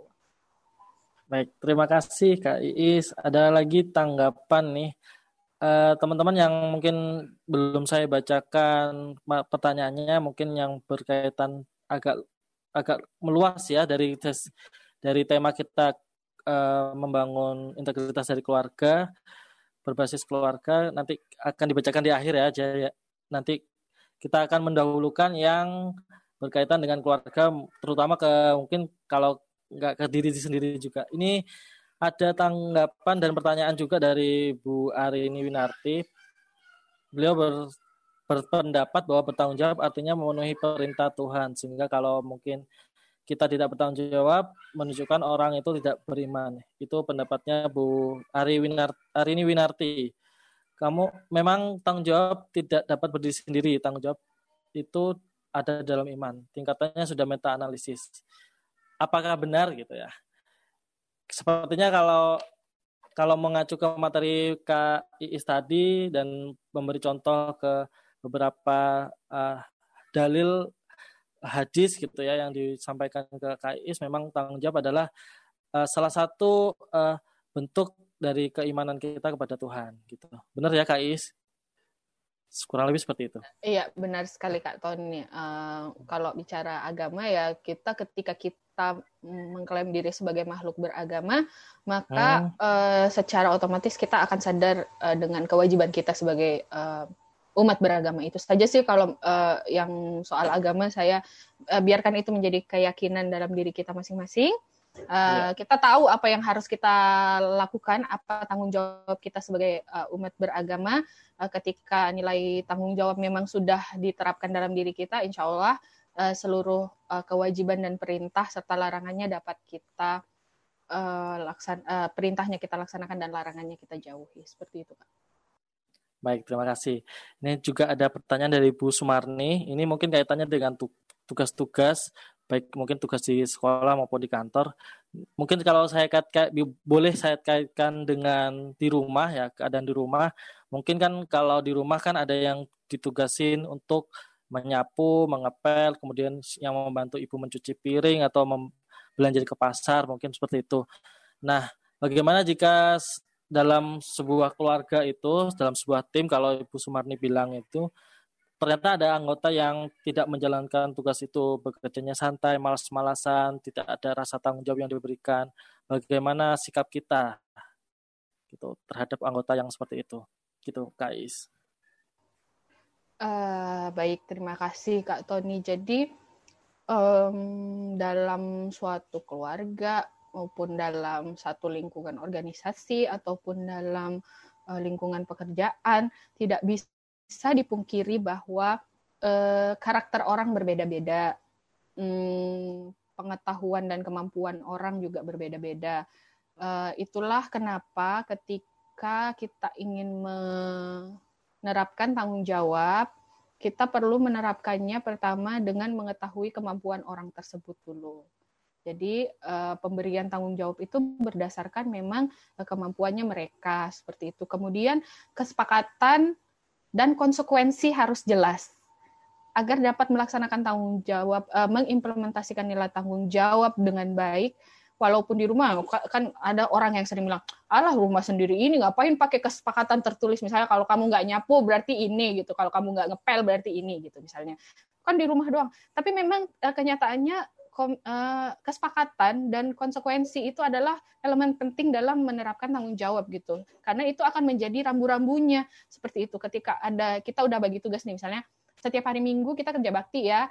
Baik, terima kasih Kak Iis. Ada lagi tanggapan nih, teman-teman yang mungkin belum saya bacakan pertanyaannya, mungkin yang berkaitan agak meluas ya dari tema kita, membangun integritas dari keluarga, berbasis keluarga, nanti akan dibacakan di akhir ya. Jadi nanti kita akan mendahulukan yang berkaitan dengan keluarga, terutama mungkin kalau nggak ke diri sendiri juga. Ini ada tanggapan dan pertanyaan juga dari Bu Arini Winarti. Beliau berpendapat bahwa bertanggung jawab artinya memenuhi perintah Tuhan, sehingga kalau mungkin kita tidak bertanggung jawab, menunjukkan orang itu tidak beriman. Itu pendapatnya Bu Arini Winarti. Kamu memang tanggung jawab tidak dapat berdiri sendiri. Tanggung jawab itu ada dalam iman. Tingkatannya sudah meta-analisis. Apakah benar gitu ya? Sepertinya kalau mengacu ke materi Kak Iis tadi dan memberi contoh ke beberapa dalil hadis gitu ya yang disampaikan ke Kak Iis, memang tanggung jawab adalah salah satu bentuk dari keimanan kita kepada Tuhan gitu. Benar ya Kak Iis? Kurang lebih seperti itu. Iya, benar sekali Kak Tony. Kalau bicara agama ya, ketika kita mengklaim diri sebagai makhluk beragama, maka secara otomatis kita akan sadar dengan kewajiban kita sebagai umat beragama. Itu saja sih kalau yang soal agama, saya biarkan itu menjadi keyakinan dalam diri kita masing-masing. Kita tahu apa yang harus kita lakukan, apa tanggung jawab kita sebagai umat beragama. Ketika nilai tanggung jawab memang sudah diterapkan dalam diri kita, insya Allah seluruh kewajiban dan perintah serta larangannya dapat kita perintahnya kita laksanakan dan larangannya kita jauhi. Seperti itu, Kak. Baik, terima kasih. Ini juga ada pertanyaan dari Bu Sumarni. Ini mungkin kaitannya dengan tugas-tugas, baik mungkin tugas di sekolah maupun di kantor. Mungkin kalau boleh saya kaitkan dengan di rumah ya, keadaan di rumah. Mungkin kan kalau di rumah kan ada yang ditugasin untuk menyapu, mengepel, kemudian yang membantu ibu mencuci piring atau belanja ke pasar, mungkin seperti itu. Nah, bagaimana jika dalam sebuah keluarga itu, dalam sebuah tim, kalau Ibu Sumarni bilang itu, ternyata ada anggota yang tidak menjalankan tugas itu, bekerjanya santai, malas-malasan, tidak ada rasa tanggung jawab yang diberikan. Bagaimana sikap kita gitu terhadap anggota yang seperti itu? gitu, Kak Is. Baik, terima kasih Kak Tony. Jadi dalam suatu keluarga maupun dalam satu lingkungan organisasi ataupun dalam lingkungan pekerjaan, tidak bisa dipungkiri bahwa karakter orang berbeda-beda, pengetahuan dan kemampuan orang juga berbeda-beda. Itulah kenapa ketika kita ingin menerapkan tanggung jawab, kita perlu menerapkannya pertama dengan mengetahui kemampuan orang tersebut dulu. Jadi pemberian tanggung jawab itu berdasarkan memang kemampuannya mereka, seperti itu. Kemudian kesepakatan dan konsekuensi harus jelas agar dapat melaksanakan tanggung jawab, mengimplementasikan nilai tanggung jawab dengan baik. Walaupun di rumah, kan ada orang yang sering bilang, alah rumah sendiri ini ngapain pakai kesepakatan tertulis, misalnya kalau kamu nggak nyapu berarti ini, gitu, kalau kamu nggak ngepel berarti ini, gitu misalnya. Kan di rumah doang. Tapi memang kenyataannya kesepakatan dan konsekuensi itu adalah elemen penting dalam menerapkan tanggung jawab, gitu. Karena itu akan menjadi rambu-rambunya, seperti itu. Ketika kita udah bagi tugas nih, misalnya setiap hari Minggu kita kerja bakti ya,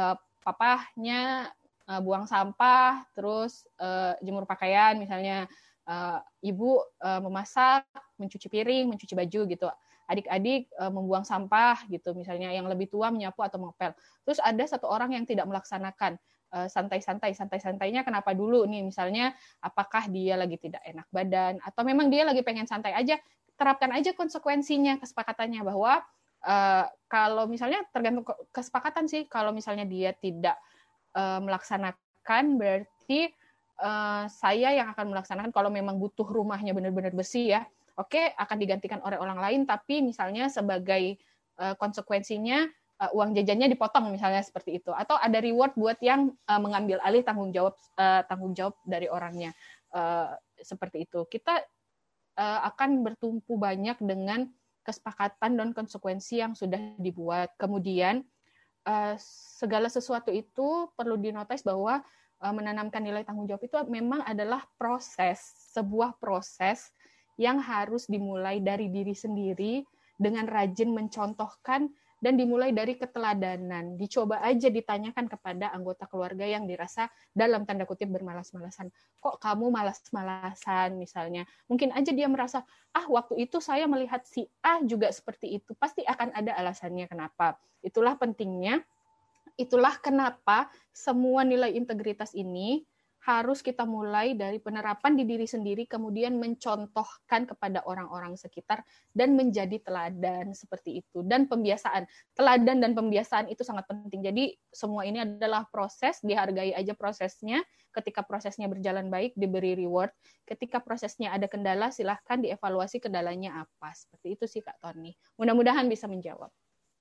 papahnya buang sampah, terus jemur pakaian, misalnya ibu memasak, mencuci piring, mencuci baju gitu. Adik-adik membuang sampah gitu, misalnya yang lebih tua menyapu atau mengepel. Terus ada satu orang yang tidak melaksanakan, santai-santainya kenapa dulu nih, misalnya apakah dia lagi tidak enak badan atau memang dia lagi pengen santai aja, terapkan aja konsekuensinya, kesepakatannya bahwa kalau misalnya tergantung kesepakatan sih, kalau misalnya dia tidak melaksanakan berarti saya yang akan melaksanakan. Kalau memang butuh rumahnya benar-benar besi ya, oke, akan digantikan oleh orang lain, tapi misalnya sebagai konsekuensinya uang jajannya dipotong misalnya, seperti itu, atau ada reward buat yang mengambil alih tanggung jawab dari orangnya, seperti itu. Kita akan bertumpu banyak dengan kesepakatan dan konsekuensi yang sudah dibuat. Kemudian segala sesuatu itu perlu dinotis bahwa menanamkan nilai tanggung jawab itu memang adalah sebuah proses yang harus dimulai dari diri sendiri dengan rajin mencontohkan dan dimulai dari keteladanan. Dicoba aja ditanyakan kepada anggota keluarga yang dirasa dalam tanda kutip bermalas-malasan. Kok kamu malas-malasan misalnya? Mungkin aja dia merasa, waktu itu saya melihat si A juga seperti itu. Pasti akan ada alasannya kenapa. Itulah pentingnya, itulah kenapa semua nilai integritas ini harus kita mulai dari penerapan di diri sendiri, kemudian mencontohkan kepada orang-orang sekitar, dan menjadi teladan, seperti itu. Dan pembiasaan, teladan dan pembiasaan itu sangat penting. Jadi semua ini adalah proses, dihargai aja prosesnya. Ketika prosesnya berjalan baik, diberi reward. Ketika prosesnya ada kendala, silahkan dievaluasi kendalanya apa. Seperti itu sih Kak Tony. Mudah-mudahan bisa menjawab.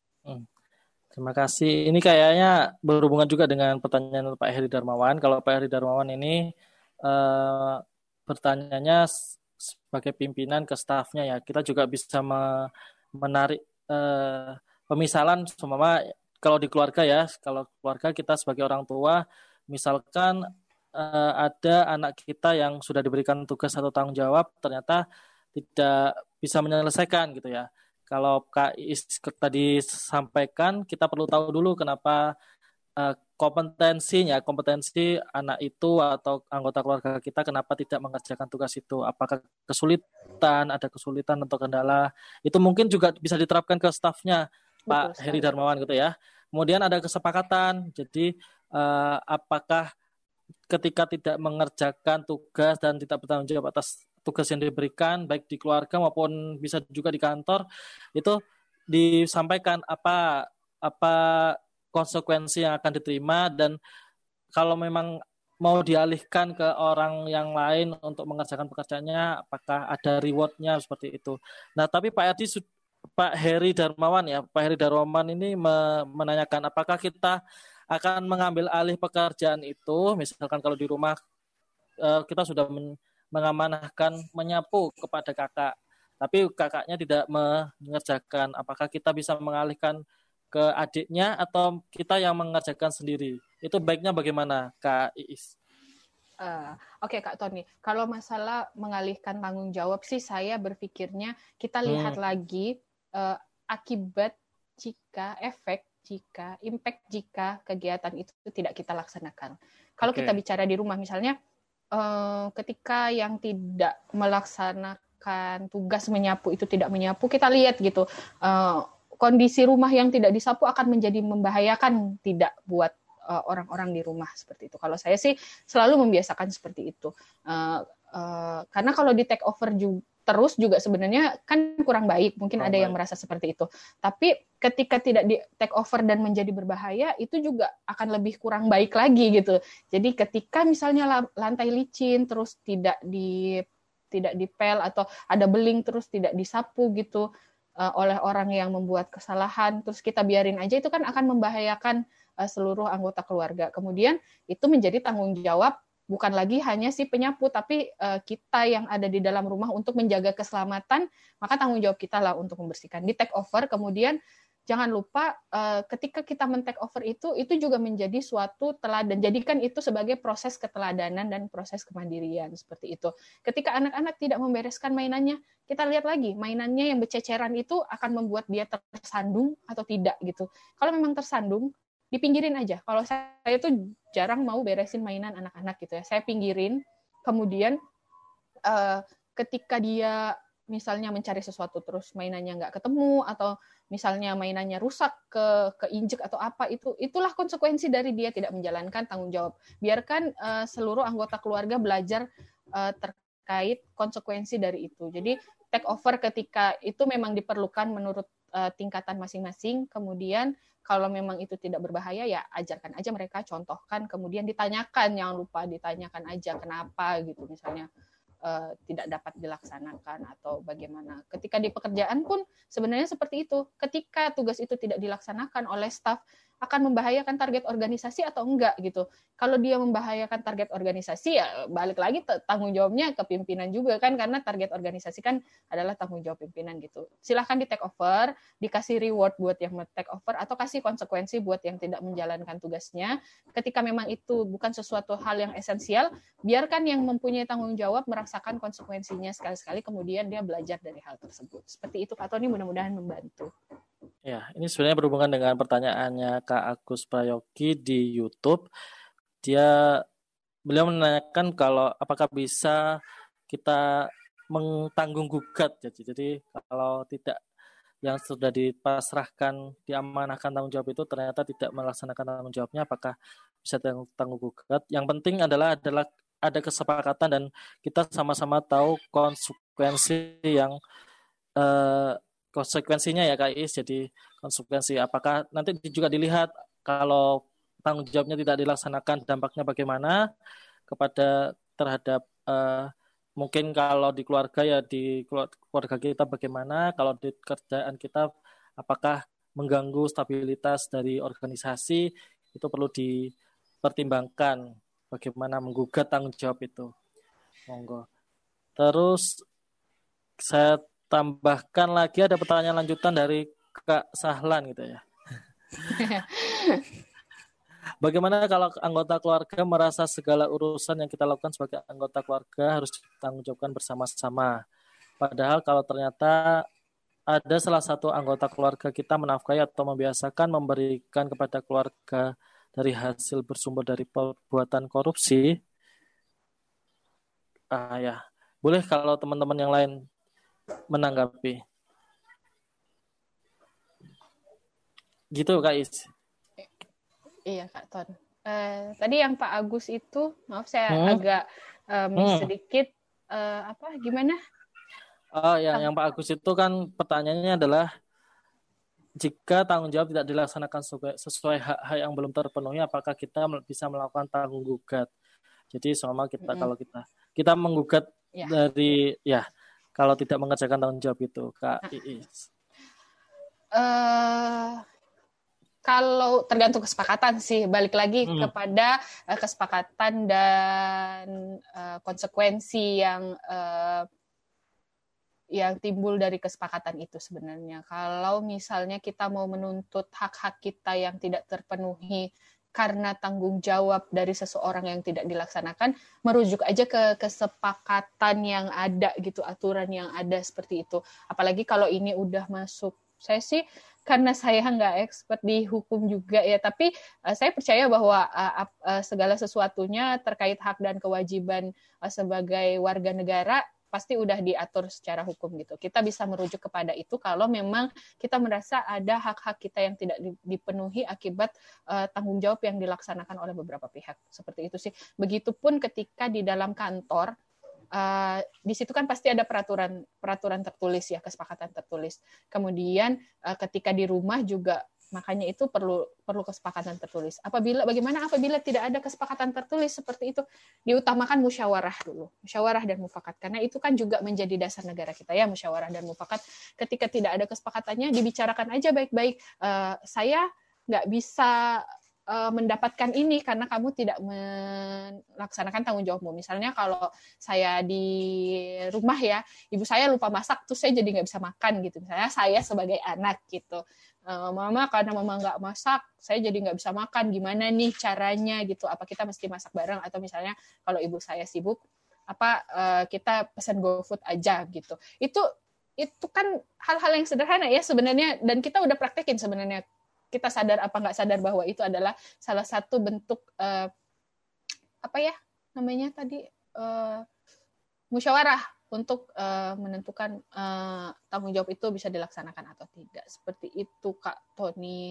Terima kasih. Ini kayaknya berhubungan juga dengan pertanyaan Pak Heri Darmawan. Kalau Pak Heri Darmawan ini bertanyanya sebagai pimpinan ke stafnya ya. Kita juga bisa menarik pemisalan, seumpama kalau di keluarga ya. Kalau keluarga kita sebagai orang tua, misalkan ada anak kita yang sudah diberikan tugas atau tanggung jawab, ternyata tidak bisa menyelesaikan gitu ya. Kalau Kak Is tadi sampaikan, kita perlu tahu dulu kenapa kompetensi anak itu atau anggota keluarga kita kenapa tidak mengerjakan tugas itu. Apakah ada kesulitan atau kendala. Itu mungkin juga bisa diterapkan ke stafnya Pak Heri Darmawan gitu ya. Kemudian ada kesepakatan. Jadi apakah ketika tidak mengerjakan tugas dan tidak bertanggung jawab atas tugas yang diberikan, baik di keluarga maupun bisa juga di kantor, itu disampaikan apa konsekuensi yang akan diterima, dan kalau memang mau dialihkan ke orang yang lain untuk mengerjakan pekerjaannya, apakah ada reward-nya, seperti itu. Nah, tapi Pak Heri Darmawan ini menanyakan apakah kita akan mengambil alih pekerjaan itu, misalkan kalau di rumah kita sudah mengamanahkan menyapu kepada kakak, tapi kakaknya tidak mengerjakan. Apakah kita bisa mengalihkan ke adiknya atau kita yang mengerjakan sendiri? Itu baiknya bagaimana, Kak Iis? Oke, Kak Tony, kalau masalah mengalihkan tanggung jawab sih saya berpikirnya kita lihat lagi akibat impact jika kegiatan itu tidak kita laksanakan. Kalau kita bicara di rumah misalnya, ketika yang tidak melaksanakan tugas menyapu itu tidak menyapu, kita lihat gitu, kondisi rumah yang tidak disapu akan menjadi membahayakan tidak buat orang-orang di rumah seperti itu. Kalau saya sih selalu membiasakan seperti itu. Karena kalau di take over terus juga sebenarnya kan kurang baik. Mungkin ada yang merasa seperti itu. Tapi ketika tidak di take over dan menjadi berbahaya, itu juga akan lebih kurang baik lagi gitu. Jadi ketika misalnya lantai licin terus tidak dipel atau ada beling terus tidak disapu gitu oleh orang yang membuat kesalahan, terus kita biarin aja, itu kan akan membahayakan seluruh anggota keluarga. Kemudian itu menjadi tanggung jawab bukan lagi hanya si penyapu, tapi kita yang ada di dalam rumah untuk menjaga keselamatan, maka tanggung jawab kita lah untuk membersihkan. Di take over, kemudian jangan lupa ketika kita men-take over itu juga menjadi suatu teladan. Jadikan itu sebagai proses keteladanan dan proses kemandirian seperti itu. Ketika anak-anak tidak membereskan mainannya, kita lihat lagi mainannya yang berceceran itu akan membuat dia tersandung atau tidak gitu. Kalau memang tersandung, dipinggirin aja. Kalau saya tuh jarang mau beresin mainan anak-anak gitu ya. Saya pinggirin, kemudian ketika dia misalnya mencari sesuatu terus mainannya nggak ketemu, atau misalnya mainannya rusak, keinjek atau apa, itulah konsekuensi dari dia tidak menjalankan tanggung jawab. Biarkan seluruh anggota keluarga belajar terkait konsekuensi dari itu. Jadi take over ketika itu memang diperlukan menurut tingkatan masing-masing, kemudian kalau memang itu tidak berbahaya, ya ajarkan aja mereka, contohkan, kemudian ditanyakan, jangan lupa ditanyakan aja kenapa gitu, misalnya tidak dapat dilaksanakan atau bagaimana. Ketika di pekerjaan pun sebenarnya seperti itu. Ketika tugas itu tidak dilaksanakan oleh staf, akan membahayakan target organisasi atau enggak gitu. Kalau dia membahayakan target organisasi, ya balik lagi tanggung jawabnya ke pimpinan juga kan, karena target organisasi kan adalah tanggung jawab pimpinan gitu. Silahkan di take over, dikasih reward buat yang take over, atau kasih konsekuensi buat yang tidak menjalankan tugasnya. Ketika memang itu bukan sesuatu hal yang esensial, biarkan yang mempunyai tanggung jawab merasakan konsekuensinya sekali-sekali, kemudian dia belajar dari hal tersebut. Seperti itu, Kak Tony, mudah-mudahan membantu. Ya, ini sebenarnya berhubungan dengan pertanyaannya Kak Agus Prayogi di YouTube. Beliau menanyakan kalau apakah bisa kita mentanggung gugat. Jadi kalau tidak, yang sudah dipasrahkan, diamanahkan tanggung jawab itu ternyata tidak melaksanakan tanggung jawabnya, apakah bisa tanggung gugat? Yang penting adalah ada kesepakatan dan kita sama-sama tahu konsekuensinya ya Kak Is. Jadi konsekuensi apakah nanti juga dilihat kalau tanggung jawabnya tidak dilaksanakan, dampaknya bagaimana terhadap mungkin kalau di keluarga, ya di keluarga kita bagaimana, kalau di kerjaan kita apakah mengganggu stabilitas dari organisasi, itu perlu dipertimbangkan bagaimana menggugat tanggung jawab itu. Monggo. Terus saya tambahkan lagi, ada pertanyaan lanjutan dari Kak Sahlan gitu ya. Bagaimana kalau anggota keluarga merasa segala urusan yang kita lakukan sebagai anggota keluarga harus ditanggungjawabkan bersama-sama? Padahal kalau ternyata ada salah satu anggota keluarga kita menafkahi atau membiasakan memberikan kepada keluarga dari hasil bersumber dari perbuatan korupsi. Ya, boleh kalau teman-teman yang lain menanggapi. Gitu Kak Is. Iya Kak Ton. Tadi yang Pak Agus itu, maaf saya agak sedikit gimana? Yang Pak Agus itu kan pertanyaannya adalah jika tanggung jawab tidak dilaksanakan sesuai hak-hak yang belum terpenuhi, apakah kita bisa melakukan tanggung gugat? Jadi selama kalau kita menggugat dari kalau tidak mengerjakan tanggung jawab itu, Kak Iis. Kalau tergantung kesepakatan sih, balik lagi kepada kesepakatan dan konsekuensi yang timbul dari kesepakatan itu sebenarnya. Kalau misalnya kita mau menuntut hak-hak kita yang tidak terpenuhi karena tanggung jawab dari seseorang yang tidak dilaksanakan, merujuk aja ke kesepakatan yang ada gitu, aturan yang ada seperti itu. Apalagi kalau ini udah masuk, saya sih karena saya nggak expert di hukum juga ya, tapi saya percaya bahwa segala sesuatunya terkait hak dan kewajiban sebagai warga negara pasti udah diatur secara hukum gitu. Kita bisa merujuk kepada itu kalau memang kita merasa ada hak-hak kita yang tidak dipenuhi akibat tanggung jawab yang dilaksanakan oleh beberapa pihak. Seperti itu sih. Begitupun ketika di dalam kantor, di situ kan pasti ada peraturan tertulis ya, kesepakatan tertulis. Kemudian ketika di rumah juga makanya itu perlu kesepakatan tertulis. Bagaimana apabila tidak ada kesepakatan tertulis seperti itu, diutamakan musyawarah dulu, musyawarah dan mufakat, karena itu kan juga menjadi dasar negara kita ya, musyawarah dan mufakat. Ketika tidak ada kesepakatannya, dibicarakan aja baik-baik. Saya nggak bisa mendapatkan ini karena kamu tidak melaksanakan tanggung jawabmu. Misalnya kalau saya di rumah ya, ibu saya lupa masak, terus saya jadi nggak bisa makan gitu. Misalnya saya sebagai anak gitu, mama karena mama nggak masak, saya jadi nggak bisa makan. Gimana nih caranya gitu? Apa kita mesti masak bareng? Atau misalnya kalau ibu saya sibuk, kita pesan GoFood aja gitu. Itu kan hal-hal yang sederhana ya sebenarnya, dan kita udah praktekin sebenarnya. Kita sadar apa nggak sadar bahwa itu adalah salah satu bentuk musyawarah untuk menentukan tanggung jawab itu bisa dilaksanakan atau tidak. Seperti itu Kak Tony.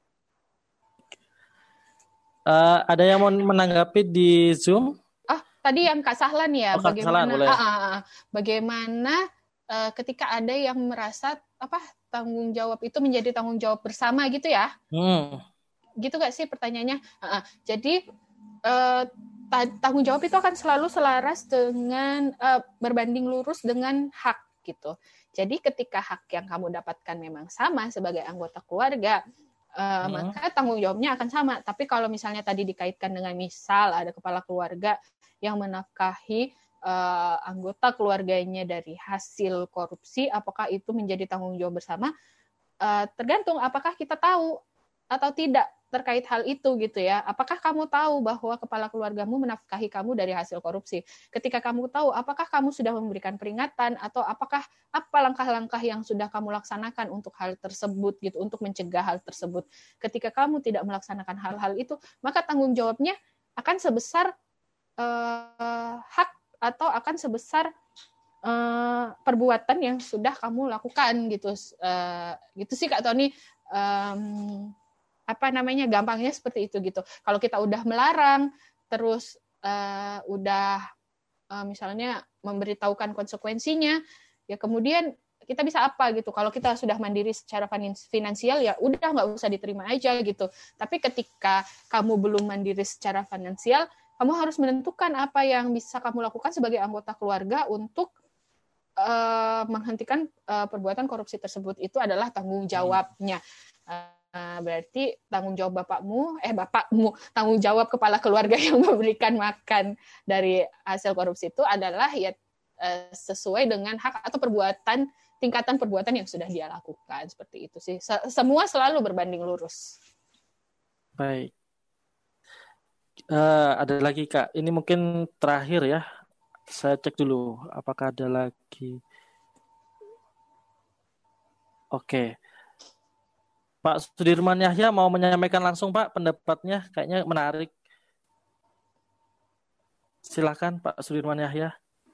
Ada yang mau menanggapi di Zoom? Tadi yang Kak Sahlan ya, bagaimana ketika ada yang merasa tanggung jawab itu menjadi tanggung jawab bersama gitu ya? Gitu nggak sih pertanyaannya? Jadi tanggung jawab itu akan selalu selaras dengan berbanding lurus dengan hak gitu. Jadi ketika hak yang kamu dapatkan memang sama sebagai anggota keluarga, maka tanggung jawabnya akan sama. Tapi kalau misalnya tadi dikaitkan dengan misal ada kepala keluarga yang menafkahi anggota keluarganya dari hasil korupsi, apakah itu menjadi tanggung jawab bersama? Tergantung apakah kita tahu atau tidak terkait hal itu gitu ya. Apakah kamu tahu bahwa kepala keluargamu menafkahi kamu dari hasil korupsi? Ketika kamu tahu, apakah kamu sudah memberikan peringatan atau apa langkah-langkah yang sudah kamu laksanakan untuk hal tersebut gitu, untuk mencegah hal tersebut? Ketika kamu tidak melaksanakan hal-hal itu, maka tanggung jawabnya akan sebesar hak atau akan sebesar perbuatan yang sudah kamu lakukan gitu. Gitu sih Kak Tony. Gampangnya seperti itu gitu. Kalau kita udah melarang, terus misalnya memberitahukan konsekuensinya, ya kemudian kita bisa apa gitu. Kalau kita sudah mandiri secara finansial, ya udah nggak usah diterima aja gitu. Tapi ketika kamu belum mandiri secara finansial, kamu harus menentukan apa yang bisa kamu lakukan sebagai anggota keluarga untuk menghentikan perbuatan korupsi tersebut. Itu adalah tanggung jawabnya. Berarti tanggung jawab bapakmu, tanggung jawab kepala keluarga yang memberikan makan dari hasil korupsi itu adalah ya sesuai dengan hak atau tingkatan perbuatan yang sudah dia lakukan. Seperti itu sih. Semua selalu berbanding lurus. Baik. Ada lagi Kak, ini mungkin terakhir ya, saya cek dulu apakah ada lagi. Oke, Pak Sudirman Yahya mau menyampaikan langsung Pak pendapatnya, kayaknya menarik. Silakan Pak Sudirman Yahya.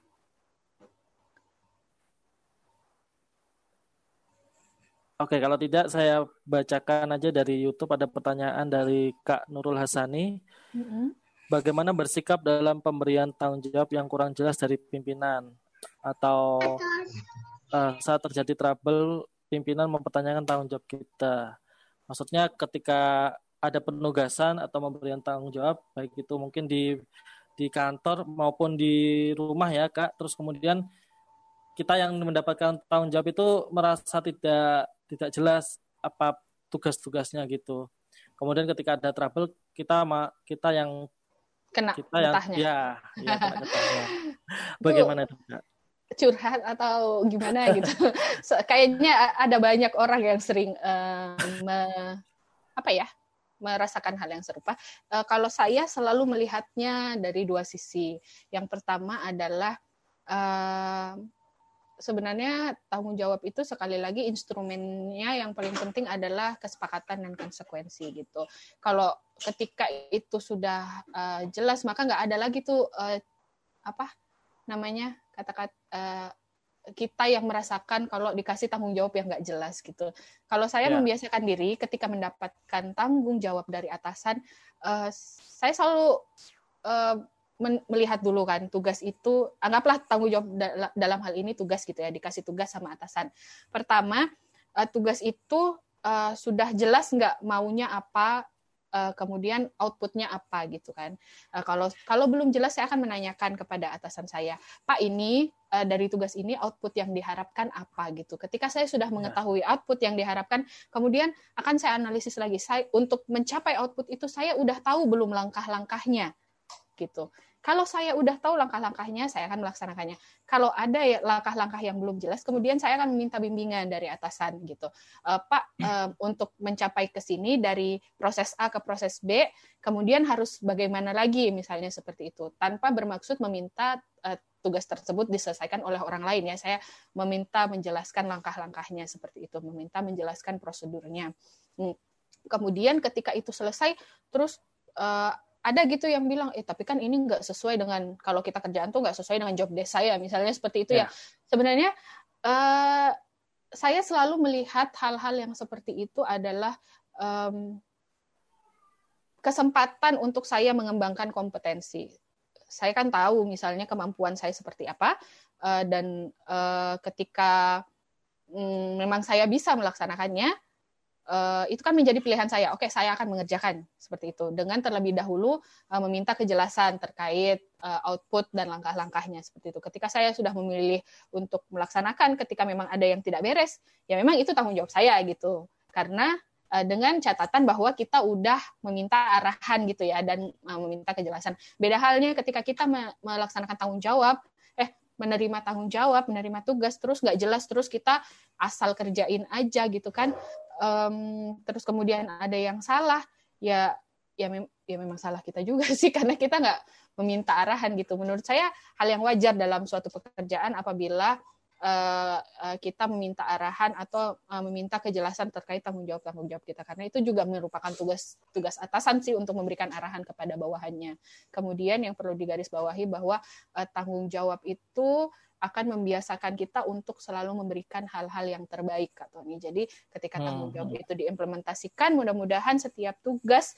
Oke, kalau tidak saya bacakan aja dari YouTube. Ada pertanyaan dari Kak Nurul Hasani. Bagaimana bersikap dalam pemberian tanggung jawab yang kurang jelas dari pimpinan? Atau saat terjadi trouble, pimpinan mempertanyakan tanggung jawab kita. Maksudnya ketika ada penugasan atau pemberian tanggung jawab, baik itu mungkin di kantor maupun di rumah ya Kak. Terus kemudian kita yang mendapatkan tanggung jawab itu merasa tidak jelas apa tugas-tugasnya gitu. Kemudian ketika ada trouble kita yang kena getahnya. Ya kena getahnya. Bagaimana itu Kak? Curhat atau gimana gitu. Kayaknya ada banyak orang yang sering merasakan hal yang serupa. Kalau saya selalu melihatnya dari dua sisi. Yang pertama adalah sebenarnya tanggung jawab itu sekali lagi instrumennya yang paling penting adalah kesepakatan dan konsekuensi gitu. Kalau ketika itu sudah jelas, maka nggak ada lagi tuh kata-kata kita yang merasakan kalau dikasih tanggung jawab yang nggak jelas gitu. Kalau saya membiasakan diri ketika mendapatkan tanggung jawab dari atasan, saya selalu melihat dulu kan tugas itu, anggaplah tanggung jawab dalam hal ini tugas gitu ya, dikasih tugas sama atasan. Pertama, tugas itu sudah jelas nggak maunya apa, kemudian outputnya apa gitu kan. Kalau belum jelas, saya akan menanyakan kepada atasan saya, Pak, ini dari tugas ini output yang diharapkan apa gitu. Ketika saya sudah mengetahui output yang diharapkan, kemudian akan saya analisis lagi. Untuk mencapai output itu saya udah tahu belum langkah-langkahnya gitu. Kalau saya udah tahu langkah-langkahnya, saya akan melaksanakannya. Kalau ada langkah-langkah yang belum jelas, kemudian saya akan meminta bimbingan dari atasan gitu. Pak, untuk mencapai ke sini dari proses A ke proses B, kemudian harus bagaimana lagi, misalnya seperti itu. Tanpa bermaksud meminta tugas tersebut diselesaikan oleh orang lain ya. Saya meminta menjelaskan langkah-langkahnya seperti itu, meminta menjelaskan prosedurnya. Kemudian ketika itu selesai, terus ada gitu yang bilang, tapi kan ini nggak sesuai dengan, kalau kita kerjaan tuh nggak sesuai dengan job desk saya, misalnya seperti itu ya. Sebenarnya saya selalu melihat hal-hal yang seperti itu adalah kesempatan untuk saya mengembangkan kompetensi. Saya kan tahu misalnya kemampuan saya seperti apa, dan ketika memang saya bisa melaksanakannya, itu kan menjadi pilihan saya. Oke, saya akan mengerjakan seperti itu dengan terlebih dahulu meminta kejelasan terkait output dan langkah-langkahnya seperti itu. Ketika saya sudah memilih untuk melaksanakan, ketika memang ada yang tidak beres, ya memang itu tanggung jawab saya gitu. Karena dengan catatan bahwa kita udah meminta arahan gitu ya, dan meminta kejelasan. Beda halnya ketika kita melaksanakan tanggung jawab, menerima tanggung jawab, menerima tugas, terus nggak jelas, terus kita asal kerjain aja gitu kan. Terus kemudian ada yang salah, ya memang salah kita juga sih, karena kita nggak meminta arahan gitu. Menurut saya hal yang wajar dalam suatu pekerjaan apabila kita meminta arahan atau meminta kejelasan terkait tanggung jawab kita, karena itu juga merupakan tugas atasan sih untuk memberikan arahan kepada bawahannya. Kemudian yang perlu digarisbawahi bahwa tanggung jawab itu akan membiasakan kita untuk selalu memberikan hal-hal yang terbaik, Kak Tony. Jadi ketika tanggung jawab itu diimplementasikan, mudah-mudahan setiap tugas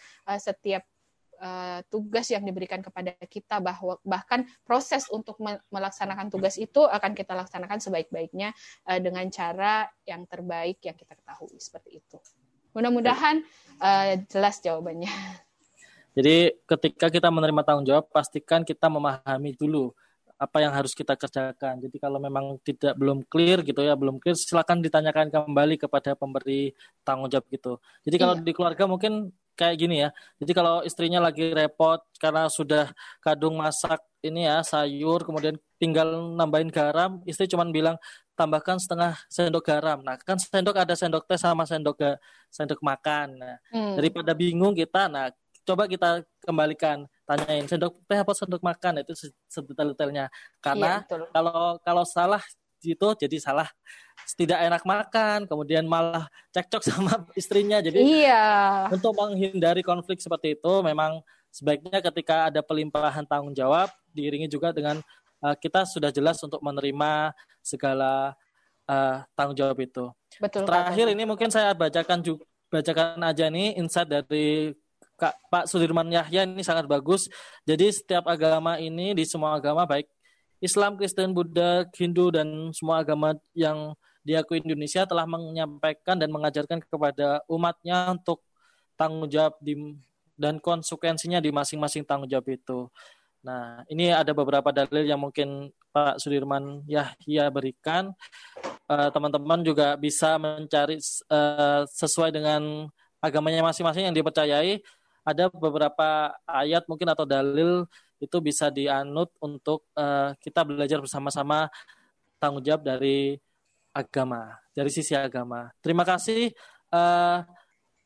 yang diberikan kepada kita, bahkan proses untuk melaksanakan tugas itu akan kita laksanakan sebaik-baiknya dengan cara yang terbaik yang kita ketahui, seperti itu. Mudah-mudahan jelas jawabannya. Jadi ketika kita menerima tanggung jawab, pastikan kita memahami dulu apa yang harus kita kerjakan. Jadi kalau memang belum clear gitu ya, silakan ditanyakan kembali kepada pemberi tanggung jawab gitu. Jadi kalau di keluarga mungkin kayak gini ya. Jadi kalau istrinya lagi repot karena sudah kadung masak ini ya sayur, kemudian tinggal nambahin garam, istri cuma bilang tambahkan setengah sendok garam. Nah, kan sendok ada sendok teh sama sendok makan. Nah, daripada bingung kita, coba kita kembalikan, tanyain sendok teh apa sendok makan, itu sedetail-detailnya. Karena kalau salah itu jadi salah, tidak enak makan, kemudian malah cekcok sama istrinya. Jadi untuk menghindari konflik seperti itu, memang sebaiknya ketika ada pelimpahan tanggung jawab diiringi juga dengan kita sudah jelas untuk menerima segala tanggung jawab itu. Betul. Terakhir ini mungkin saya bacakan aja nih insight dari Pak Sudirman Yahya, ini sangat bagus. Jadi setiap agama ini, di semua agama baik Islam, Kristen, Buddha, Hindu, dan semua agama yang diakui Indonesia telah menyampaikan dan mengajarkan kepada umatnya untuk tanggung jawab dan konsekuensinya di masing-masing tanggung jawab itu. Nah, ini ada beberapa dalil yang mungkin Pak Sudirman Yahya berikan. Teman-teman juga bisa mencari sesuai dengan agamanya masing-masing yang dipercayai. Ada beberapa ayat mungkin atau dalil itu bisa dianut untuk kita belajar bersama-sama tanggung jawab dari agama, dari sisi agama. Terima kasih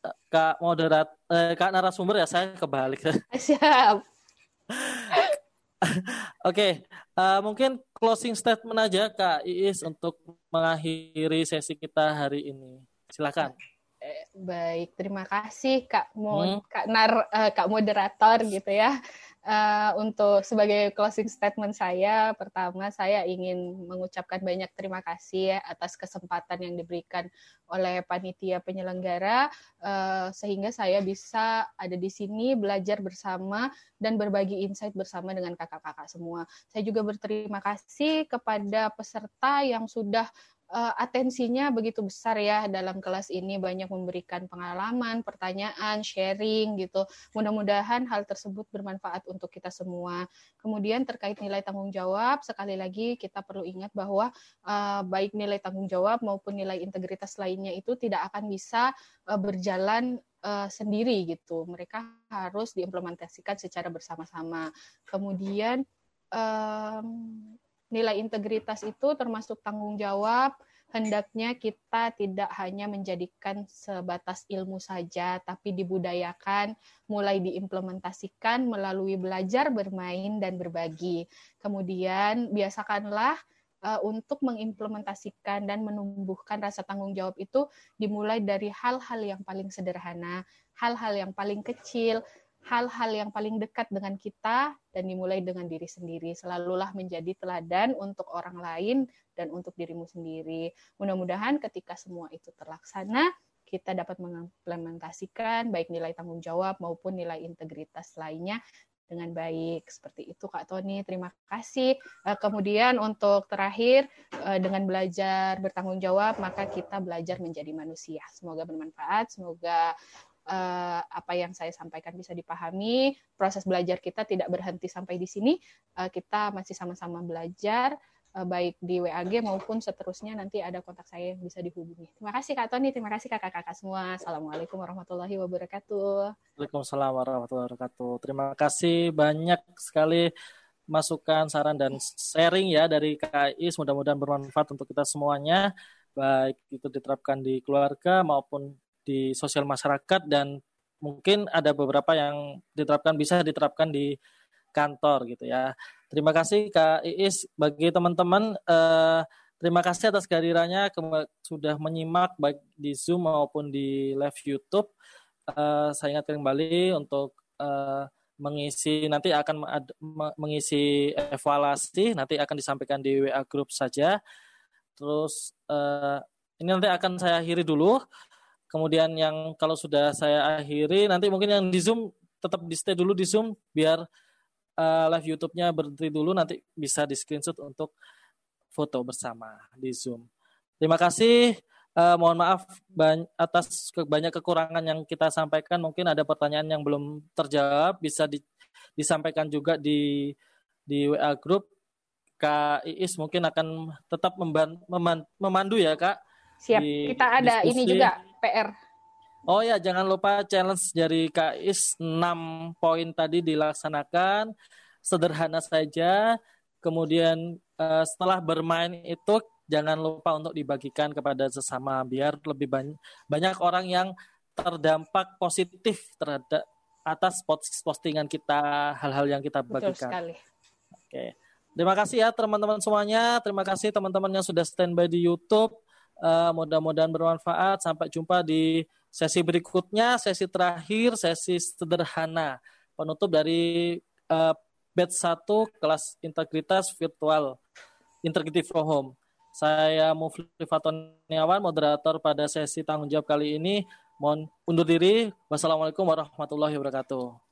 Kak narasumber ya, saya kebalik. Siap. Oke, mungkin closing statement aja Kak Iis untuk mengakhiri sesi kita hari ini. Silakan. Baik, terima kasih Kak moderator gitu ya. Untuk sebagai closing statement saya, pertama saya ingin mengucapkan banyak terima kasih ya atas kesempatan yang diberikan oleh panitia penyelenggara, sehingga saya bisa ada di sini belajar bersama dan berbagi insight bersama dengan kakak-kakak semua. Saya juga berterima kasih kepada peserta yang sudah atensinya begitu besar ya dalam kelas ini, banyak memberikan pengalaman, pertanyaan, sharing gitu. Mudah-mudahan hal tersebut bermanfaat untuk kita semua. Kemudian terkait nilai tanggung jawab, sekali lagi kita perlu ingat bahwa baik nilai tanggung jawab maupun nilai integritas lainnya itu tidak akan bisa berjalan sendiri gitu. Mereka harus diimplementasikan secara bersama-sama. Kemudian nilai integritas itu termasuk tanggung jawab, hendaknya kita tidak hanya menjadikan sebatas ilmu saja, tapi dibudayakan, mulai diimplementasikan melalui belajar, bermain, dan berbagi. Kemudian biasakanlah untuk mengimplementasikan dan menumbuhkan rasa tanggung jawab itu dimulai dari hal-hal yang paling sederhana, hal-hal yang paling kecil, hal-hal yang paling dekat dengan kita, dan dimulai dengan diri sendiri. Selalulah menjadi teladan untuk orang lain dan untuk dirimu sendiri. Mudah-mudahan ketika semua itu terlaksana, kita dapat mengimplementasikan baik nilai tanggung jawab maupun nilai integritas lainnya dengan baik. Seperti itu Kak Tony, terima kasih. Kemudian untuk terakhir, dengan belajar bertanggung jawab, maka kita belajar menjadi manusia. Semoga bermanfaat, semoga apa yang saya sampaikan bisa dipahami. Proses belajar kita tidak berhenti sampai di sini. Kita masih sama-sama belajar, baik di WAG maupun seterusnya. Nanti ada kontak saya yang bisa dihubungi. Terima kasih Kak Tony, terima kasih kakak-kakak semua. Assalamualaikum warahmatullahi wabarakatuh. Waalaikumsalam warahmatullahi wabarakatuh. Terima kasih banyak sekali masukan, saran, dan sharing ya dari Kak Is. Mudah-mudahan bermanfaat untuk kita semuanya, baik itu diterapkan di keluarga maupun di sosial masyarakat, dan mungkin ada beberapa yang bisa diterapkan di kantor gitu ya. Terima kasih Kak Iis. Bagi teman-teman, terima kasih atas kehadirannya sudah menyimak baik di Zoom maupun di live YouTube. Saya ingatkan kembali untuk mengisi, nanti akan mengisi evaluasi, nanti akan disampaikan di WA Group saja. Terus ini nanti akan saya akhiri dulu. Kemudian yang kalau sudah saya akhiri, nanti mungkin yang di Zoom tetap di stay dulu di Zoom, biar live YouTube-nya berhenti dulu, nanti bisa di screenshot untuk foto bersama di Zoom. Terima kasih, mohon maaf atas banyak kekurangan yang kita sampaikan. Mungkin ada pertanyaan yang belum terjawab, bisa disampaikan juga di WA Group. Kak Iis mungkin akan tetap memandu ya Kak. Siap, kita ada diskusi. Ini juga PR. Oh ya, jangan lupa challenge dari Kak Is 6 poin tadi dilaksanakan, sederhana saja. Kemudian setelah bermain itu jangan lupa untuk dibagikan kepada sesama, biar lebih banyak orang yang terdampak positif terhadap atas postingan kita, hal-hal yang kita bagikan. Betul sekali. Oke. Terima kasih ya teman-teman semuanya. Terima kasih teman-teman yang sudah standby di YouTube. Mudah-mudahan bermanfaat. Sampai jumpa di sesi berikutnya, sesi terakhir, sesi sederhana. Penutup dari batch 1 kelas integritas virtual, Integrative from Home. Saya Mufli Fatoniawan, moderator pada sesi tanggung jawab kali ini. Mohon undur diri. Wassalamualaikum warahmatullahi wabarakatuh.